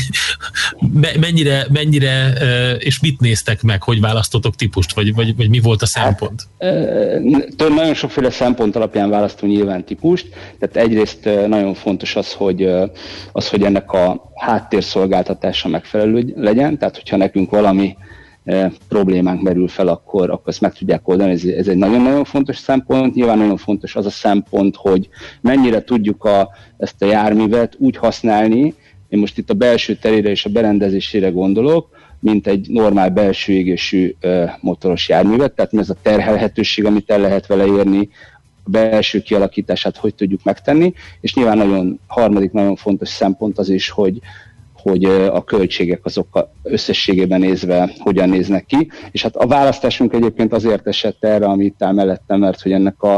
mennyire, mennyire ö, és mit néztek meg, hogy választotok típust, vagy, vagy, vagy mi volt a szempont? Hát, ö, nagyon sokféle szempont alapján választunk nyilván típust, tehát egyrészt nagyon fontos az, hogy, az, hogy ennek a háttérszolgáltatása megfelelő legyen, tehát hogyha nekünk valami E, problémánk merül fel, akkor, akkor ezt meg tudják oldani. Ez, ez egy nagyon-nagyon fontos szempont. Nyilván nagyon fontos az a szempont, hogy mennyire tudjuk a, ezt a járművet úgy használni, én most itt a belső terére és a berendezésére gondolok, mint egy normál belső égésű e, motoros járművet, tehát ez a terhelhetőség, amit el lehet vele érni, a belső kialakítását hogy tudjuk megtenni, és nyilván nagyon harmadik nagyon fontos szempont az is, hogy hogy a költségek azok összességében nézve hogyan néznek ki. És hát a választásunk egyébként azért esett erre, ami itt áll mellettem, mert hogy ennek a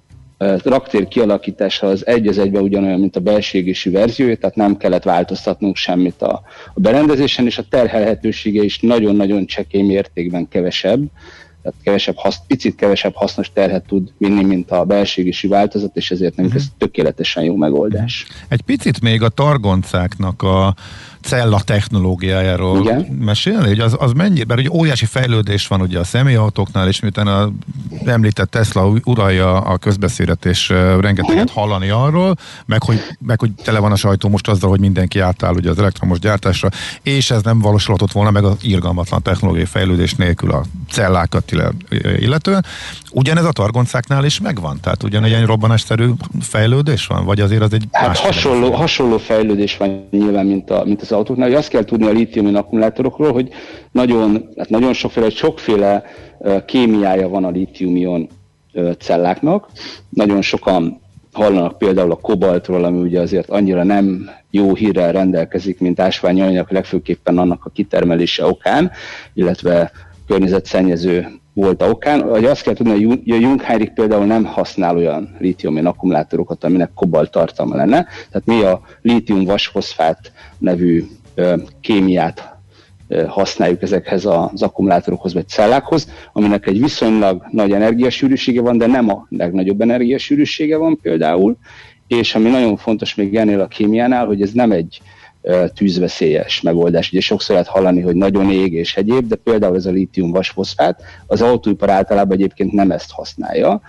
raktér kialakítása az egy az egyben ugyanolyan, mint a belső égésű verziója, tehát nem kellett változtatnunk semmit a, a berendezésen, és a terhelhetősége is nagyon-nagyon csekély mértékben kevesebb, tehát kevesebb hasz, picit kevesebb hasznos terhet tud vinni, mint a belső égésű változat, és ezért nekünk ez tökéletesen jó megoldás. Egy picit még a targoncáknak a cella technológiájáról igen? mesélni, hogy az, az mennyi, mert ugye óriási fejlődés van ugye a személyautóknál, és miután a említett Tesla uralja a közbeszédet, és rengeteget hallani arról, meg hogy, meg hogy tele van a sajtó most azzal, hogy mindenki átáll ugye az elektromos gyártásra, és ez nem valósulhatott volna meg az irgalmatlan technológiai fejlődés nélkül a cellákat illetően. Ugyanez a targoncáknál is megvan? Tehát ugyanegy egy robbanásszerű fejlődés van? Vagy azért az egy hát más hasonló, hasonló fejlődés van nyilván, mint, a, mint az autóknál. Hogy azt kell tudni a lítium-ion akkumulátorokról, hogy nagyon, hát nagyon sokféle, sokféle uh, kémiája van a lítium-ion uh, celláknak. Nagyon sokan hallanak például a kobaltról, ami ugye azért annyira nem jó hírrel rendelkezik, mint ásványi anyag, legfőképpen annak a kitermelése okán, illetve környezetszennyező volt a okán. Hogy azt kell tudni, hogy a Jungheinrich például nem használ olyan lítium-ion akkumulátorokat, aminek kobalt tartalma lenne. Tehát mi a lítium-vasfoszfát nevű ö, kémiát ö, használjuk ezekhez az akkumulátorokhoz vagy cellákhoz, aminek egy viszonylag nagy energiasűrűsége van, de nem a legnagyobb energiasűrűsége van például, és ami nagyon fontos még ennél a kémiánál, hogy ez nem egy tűzveszélyes megoldás. Ugye sokszor lehet hallani, hogy nagyon ég és egyéb, de például ez a lítium-vasfoszfát, az autóipar általában egyébként nem ezt használja.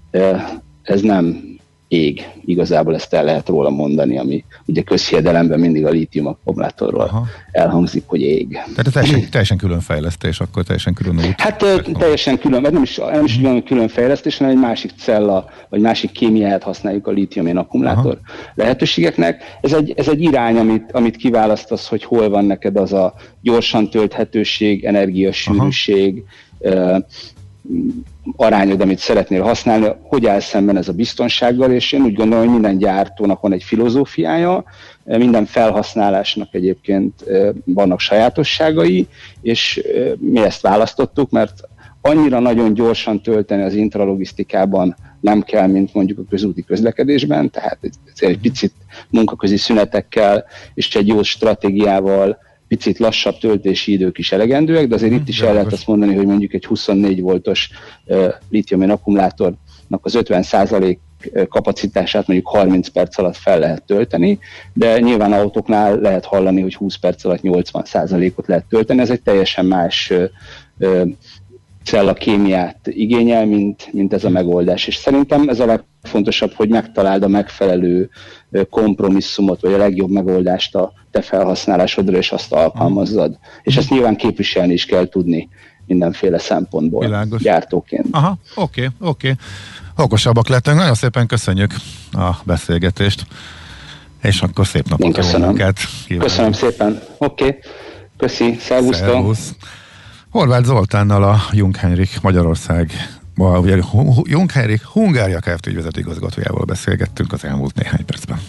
Ez nem ég. Igazából ezt el lehet róla mondani, ami ugye közhiedelemben mindig a lítium akkumulátorról elhangzik, hogy ég. Tehát teljesen, teljesen külön fejlesztés, akkor teljesen külön út. Hát teljesen külön, mert nem is, nem is külön, külön fejlesztés, hanem egy másik cella, vagy másik kémiát használjuk a lítium-ion akkumulátor aha. lehetőségeknek. Ez egy, ez egy irány, amit, amit kiválasztasz, hogy hol van neked az a gyorsan tölthetőség, energiasűrűség, uh, arányod, amit szeretnél használni, hogy áll szemben ez a biztonsággal, és én úgy gondolom, hogy minden gyártónak van egy filozófiája, minden felhasználásnak egyébként vannak sajátosságai, és mi ezt választottuk, mert annyira nagyon gyorsan tölteni az intralogisztikában nem kell, mint mondjuk a közúti közlekedésben, tehát egy picit munkaközi szünetekkel és egy jó stratégiával picit lassabb töltési idők is elegendőek, de azért itt is el lehet azt mondani, hogy mondjuk egy huszonnégy voltos uh, lítium-ion akkumulátornak az ötven százalék kapacitását mondjuk harminc perc alatt fel lehet tölteni, de nyilván autóknál lehet hallani, hogy húsz perc alatt nyolcvan százalékot lehet tölteni. Ez egy teljesen más uh, uh, cellakémiát igényel, mint, mint ez a megoldás. És szerintem ez a legfontosabb, hogy megtaláld a megfelelő kompromisszumot, vagy a legjobb megoldást a te felhasználásodra, és azt alkalmazzad. Mm. És ezt nyilván képviselni is kell tudni mindenféle szempontból. Világos. Gyártóként. Aha, oké, okay, oké. Okay. Okosabbak lettünk. Nagyon szépen köszönjük a beszélgetést, és akkor szép napot. Én köszönöm. Köszönöm szépen. Oké. Okay. Köszi. Szervusztok. Szervusz. Horváth Zoltánnal, a Jungheinrich Magyarország, ugye Jungheinrich Hungária Kft. Ügyvezető igazgatójával beszélgettünk az elmúlt néhány percben.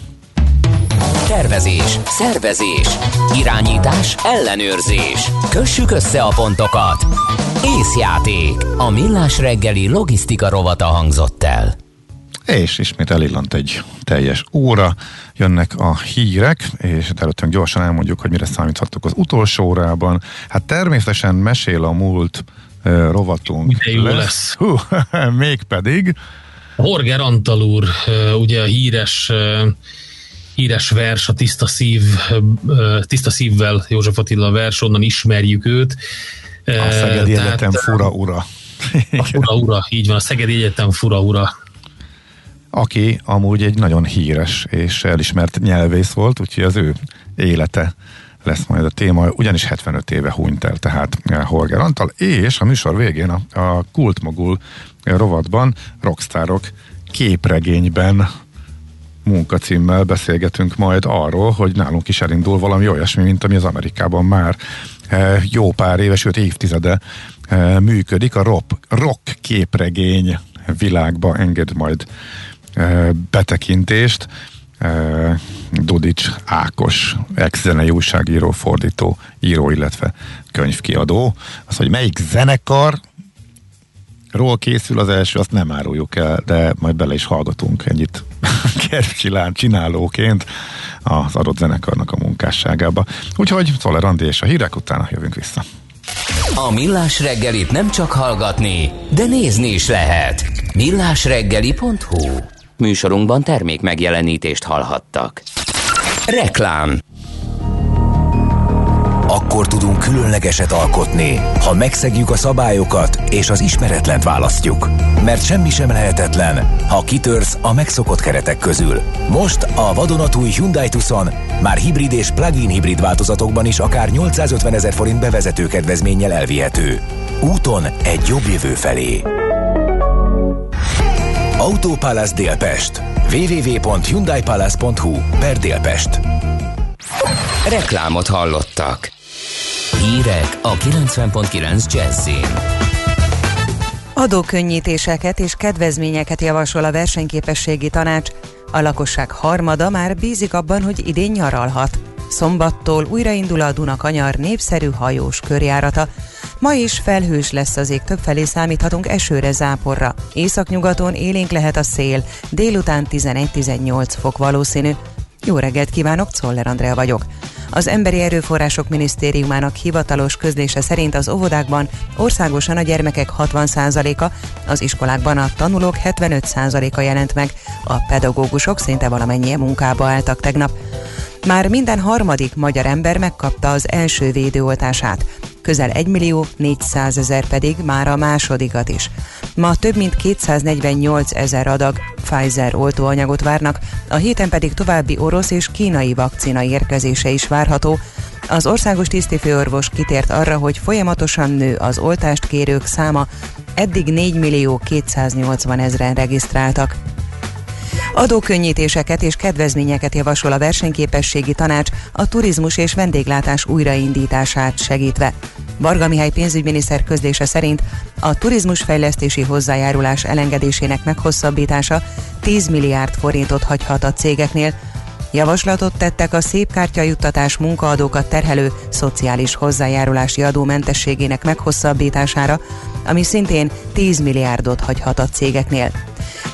Tervezés, szervezés, irányítás, ellenőrzés. Kössük össze a pontokat. Észjáték. A Millás reggeli logisztika rovata hangzott el. És ismét elillant egy teljes óra, jönnek a hírek, és előttünk gyorsan elmondjuk, hogy mire számíthattok az utolsó órában. Hát természetesen mesél a múlt uh, rovatunk. Jó lesz. lesz. Hú, mégpedig. Horger Antal úr, uh, ugye a híres uh, híres vers, a Tiszta szív, uh, Tiszta szívvel József Attila vers, onnan ismerjük őt. A Szegedi uh, Egyetem fura ura. A fura ura, így van, a Szegedi Egyetem fura ura. Aki amúgy egy nagyon híres és elismert nyelvész volt, úgyhogy az ő élete lesz majd a téma, ugyanis hetvenöt éve hunyt el, tehát Horger Antal, és a műsor végén a, a Kultmogul rovatban Rockstárok képregényben munkacímmel beszélgetünk majd arról, hogy nálunk is elindul valami olyasmi, mint ami az Amerikában már jó pár éves, sőt évtizede működik, a rock, rock képregény világba enged majd betekintést. Dudics Ákos, ex-zenei újságíró, fordító, író, illetve könyvkiadó. Az, hogy melyik zenekar ról készül az első, azt nem áruljuk el, de majd bele is hallgatunk ennyit kertcsilán csinálóként az adott zenekarnak a munkásságába. Úgyhogy Szoller Andi és a hírek utána jövünk vissza. A Millás reggelit nem csak hallgatni, de nézni is lehet. millásreggeli pont hu. Műsorunkban termék megjelenítést hallhattak. Reklám. Akkor tudunk különlegeset alkotni, ha megszegjük a szabályokat és az ismeretlent választjuk. Mert semmi sem lehetetlen, ha kitörsz a megszokott keretek közül. Most a vadonatúj Hyundai Tucson már hibrid és plug-in hibrid változatokban is akár nyolcszázötven ezer forint bevezető kedvezménnyel elvihető. Úton egy jobb jövő felé. Autópalace Délpest. double-u double-u double-u pont hyundai palace pont hu per Délpest. Reklámot hallottak. Hírek a kilencven pont kilenc Jazzin. Adókönnyítéseket és kedvezményeket javasol a versenyképességi tanács. A lakosság harmada már bízik abban, hogy idén nyaralhat. Szombattól újraindul a Duna-Kanyar népszerű hajós körjárata. Ma is felhős lesz az ég, többfelé számíthatunk esőre, záporra. Északnyugaton élénk lehet a szél, délután tizenegy-tizennyolc fok valószínű. Jó reggelt kívánok, Czoller Andrea vagyok. Az Emberi Erőforrások Minisztériumának hivatalos közlése szerint az óvodákban országosan a gyermekek hatvan százaléka, az iskolákban a tanulók hetvenöt százaléka jelent meg, a pedagógusok szinte valamennyien munkába álltak tegnap. Már minden harmadik magyar ember megkapta az első védőoltását, közel egymillió négyszázezer pedig már a másodikat is. Ma több mint kétszáznegyvennyolc ezer adag Pfizer oltóanyagot várnak, a héten pedig további orosz és kínai vakcina érkezése is várható. Az országos tisztifőorvos kitért arra, hogy folyamatosan nő az oltást kérők száma, eddig négymillió kétszáznyolcvan ezren regisztráltak. Adókönnyítéseket és kedvezményeket javasol a versenyképességi tanács a turizmus és vendéglátás újraindítását segítve. Varga Mihály pénzügyminiszter közlése szerint a turizmusfejlesztési hozzájárulás elengedésének meghosszabbítása tíz milliárd forintot hagyhat a cégeknél. Javaslatot tettek a szépkártyajuttatás munkaadókat terhelő szociális hozzájárulási adó mentességének meghosszabbítására, ami szintén tíz milliárdot hagyhat a cégeknél.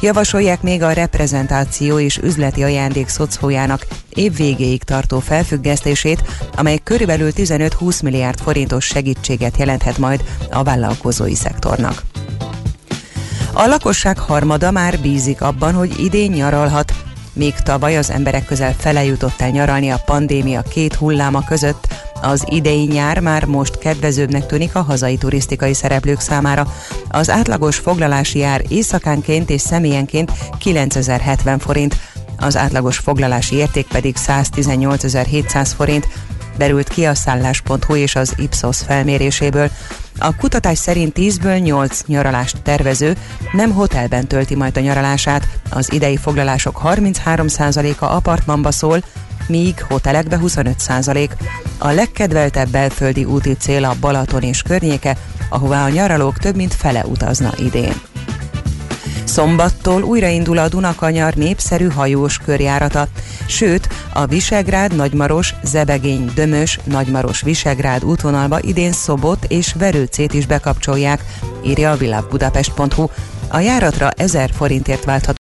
Javasolják még a reprezentáció és üzleti ajándék szocójának év végéig tartó felfüggesztését, amely körülbelül tizenöt-húsz milliárd forintos segítséget jelenthet majd a vállalkozói szektornak. A lakosság harmada már bízik abban, hogy idén nyaralhat. Míg tavaly az emberek közel fele jutott el nyaralni a pandémia két hulláma között, az idei nyár már most kedvezőbbnek tűnik a hazai turisztikai szereplők számára. Az átlagos foglalási ár éjszakánként és személyenként kilencezer-hetven forint, az átlagos foglalási érték pedig száztizennyolcezer-hétszáz forint, derült ki a szállás pont hu és az Ipsos felméréséből. A kutatás szerint tízből nyolc nyaralást tervező nem hotelben tölti majd a nyaralását, az idei foglalások harminchárom százaléka apartmanba szól, míg hotelekbe huszonöt százalék. A legkedveltebb belföldi úti cél a Balaton és környéke, ahová a nyaralók több mint fele utazna idén. Szombattól újraindul a Dunakanyar népszerű hajós körjárata, sőt a Visegrád-Nagymaros, Zebegény-Dömös, Nagymaros-Visegrád útvonalba idén Szobot és Verőcét is bekapcsolják, írja a világbudapest pont hu. A járatra ezer forintért váltható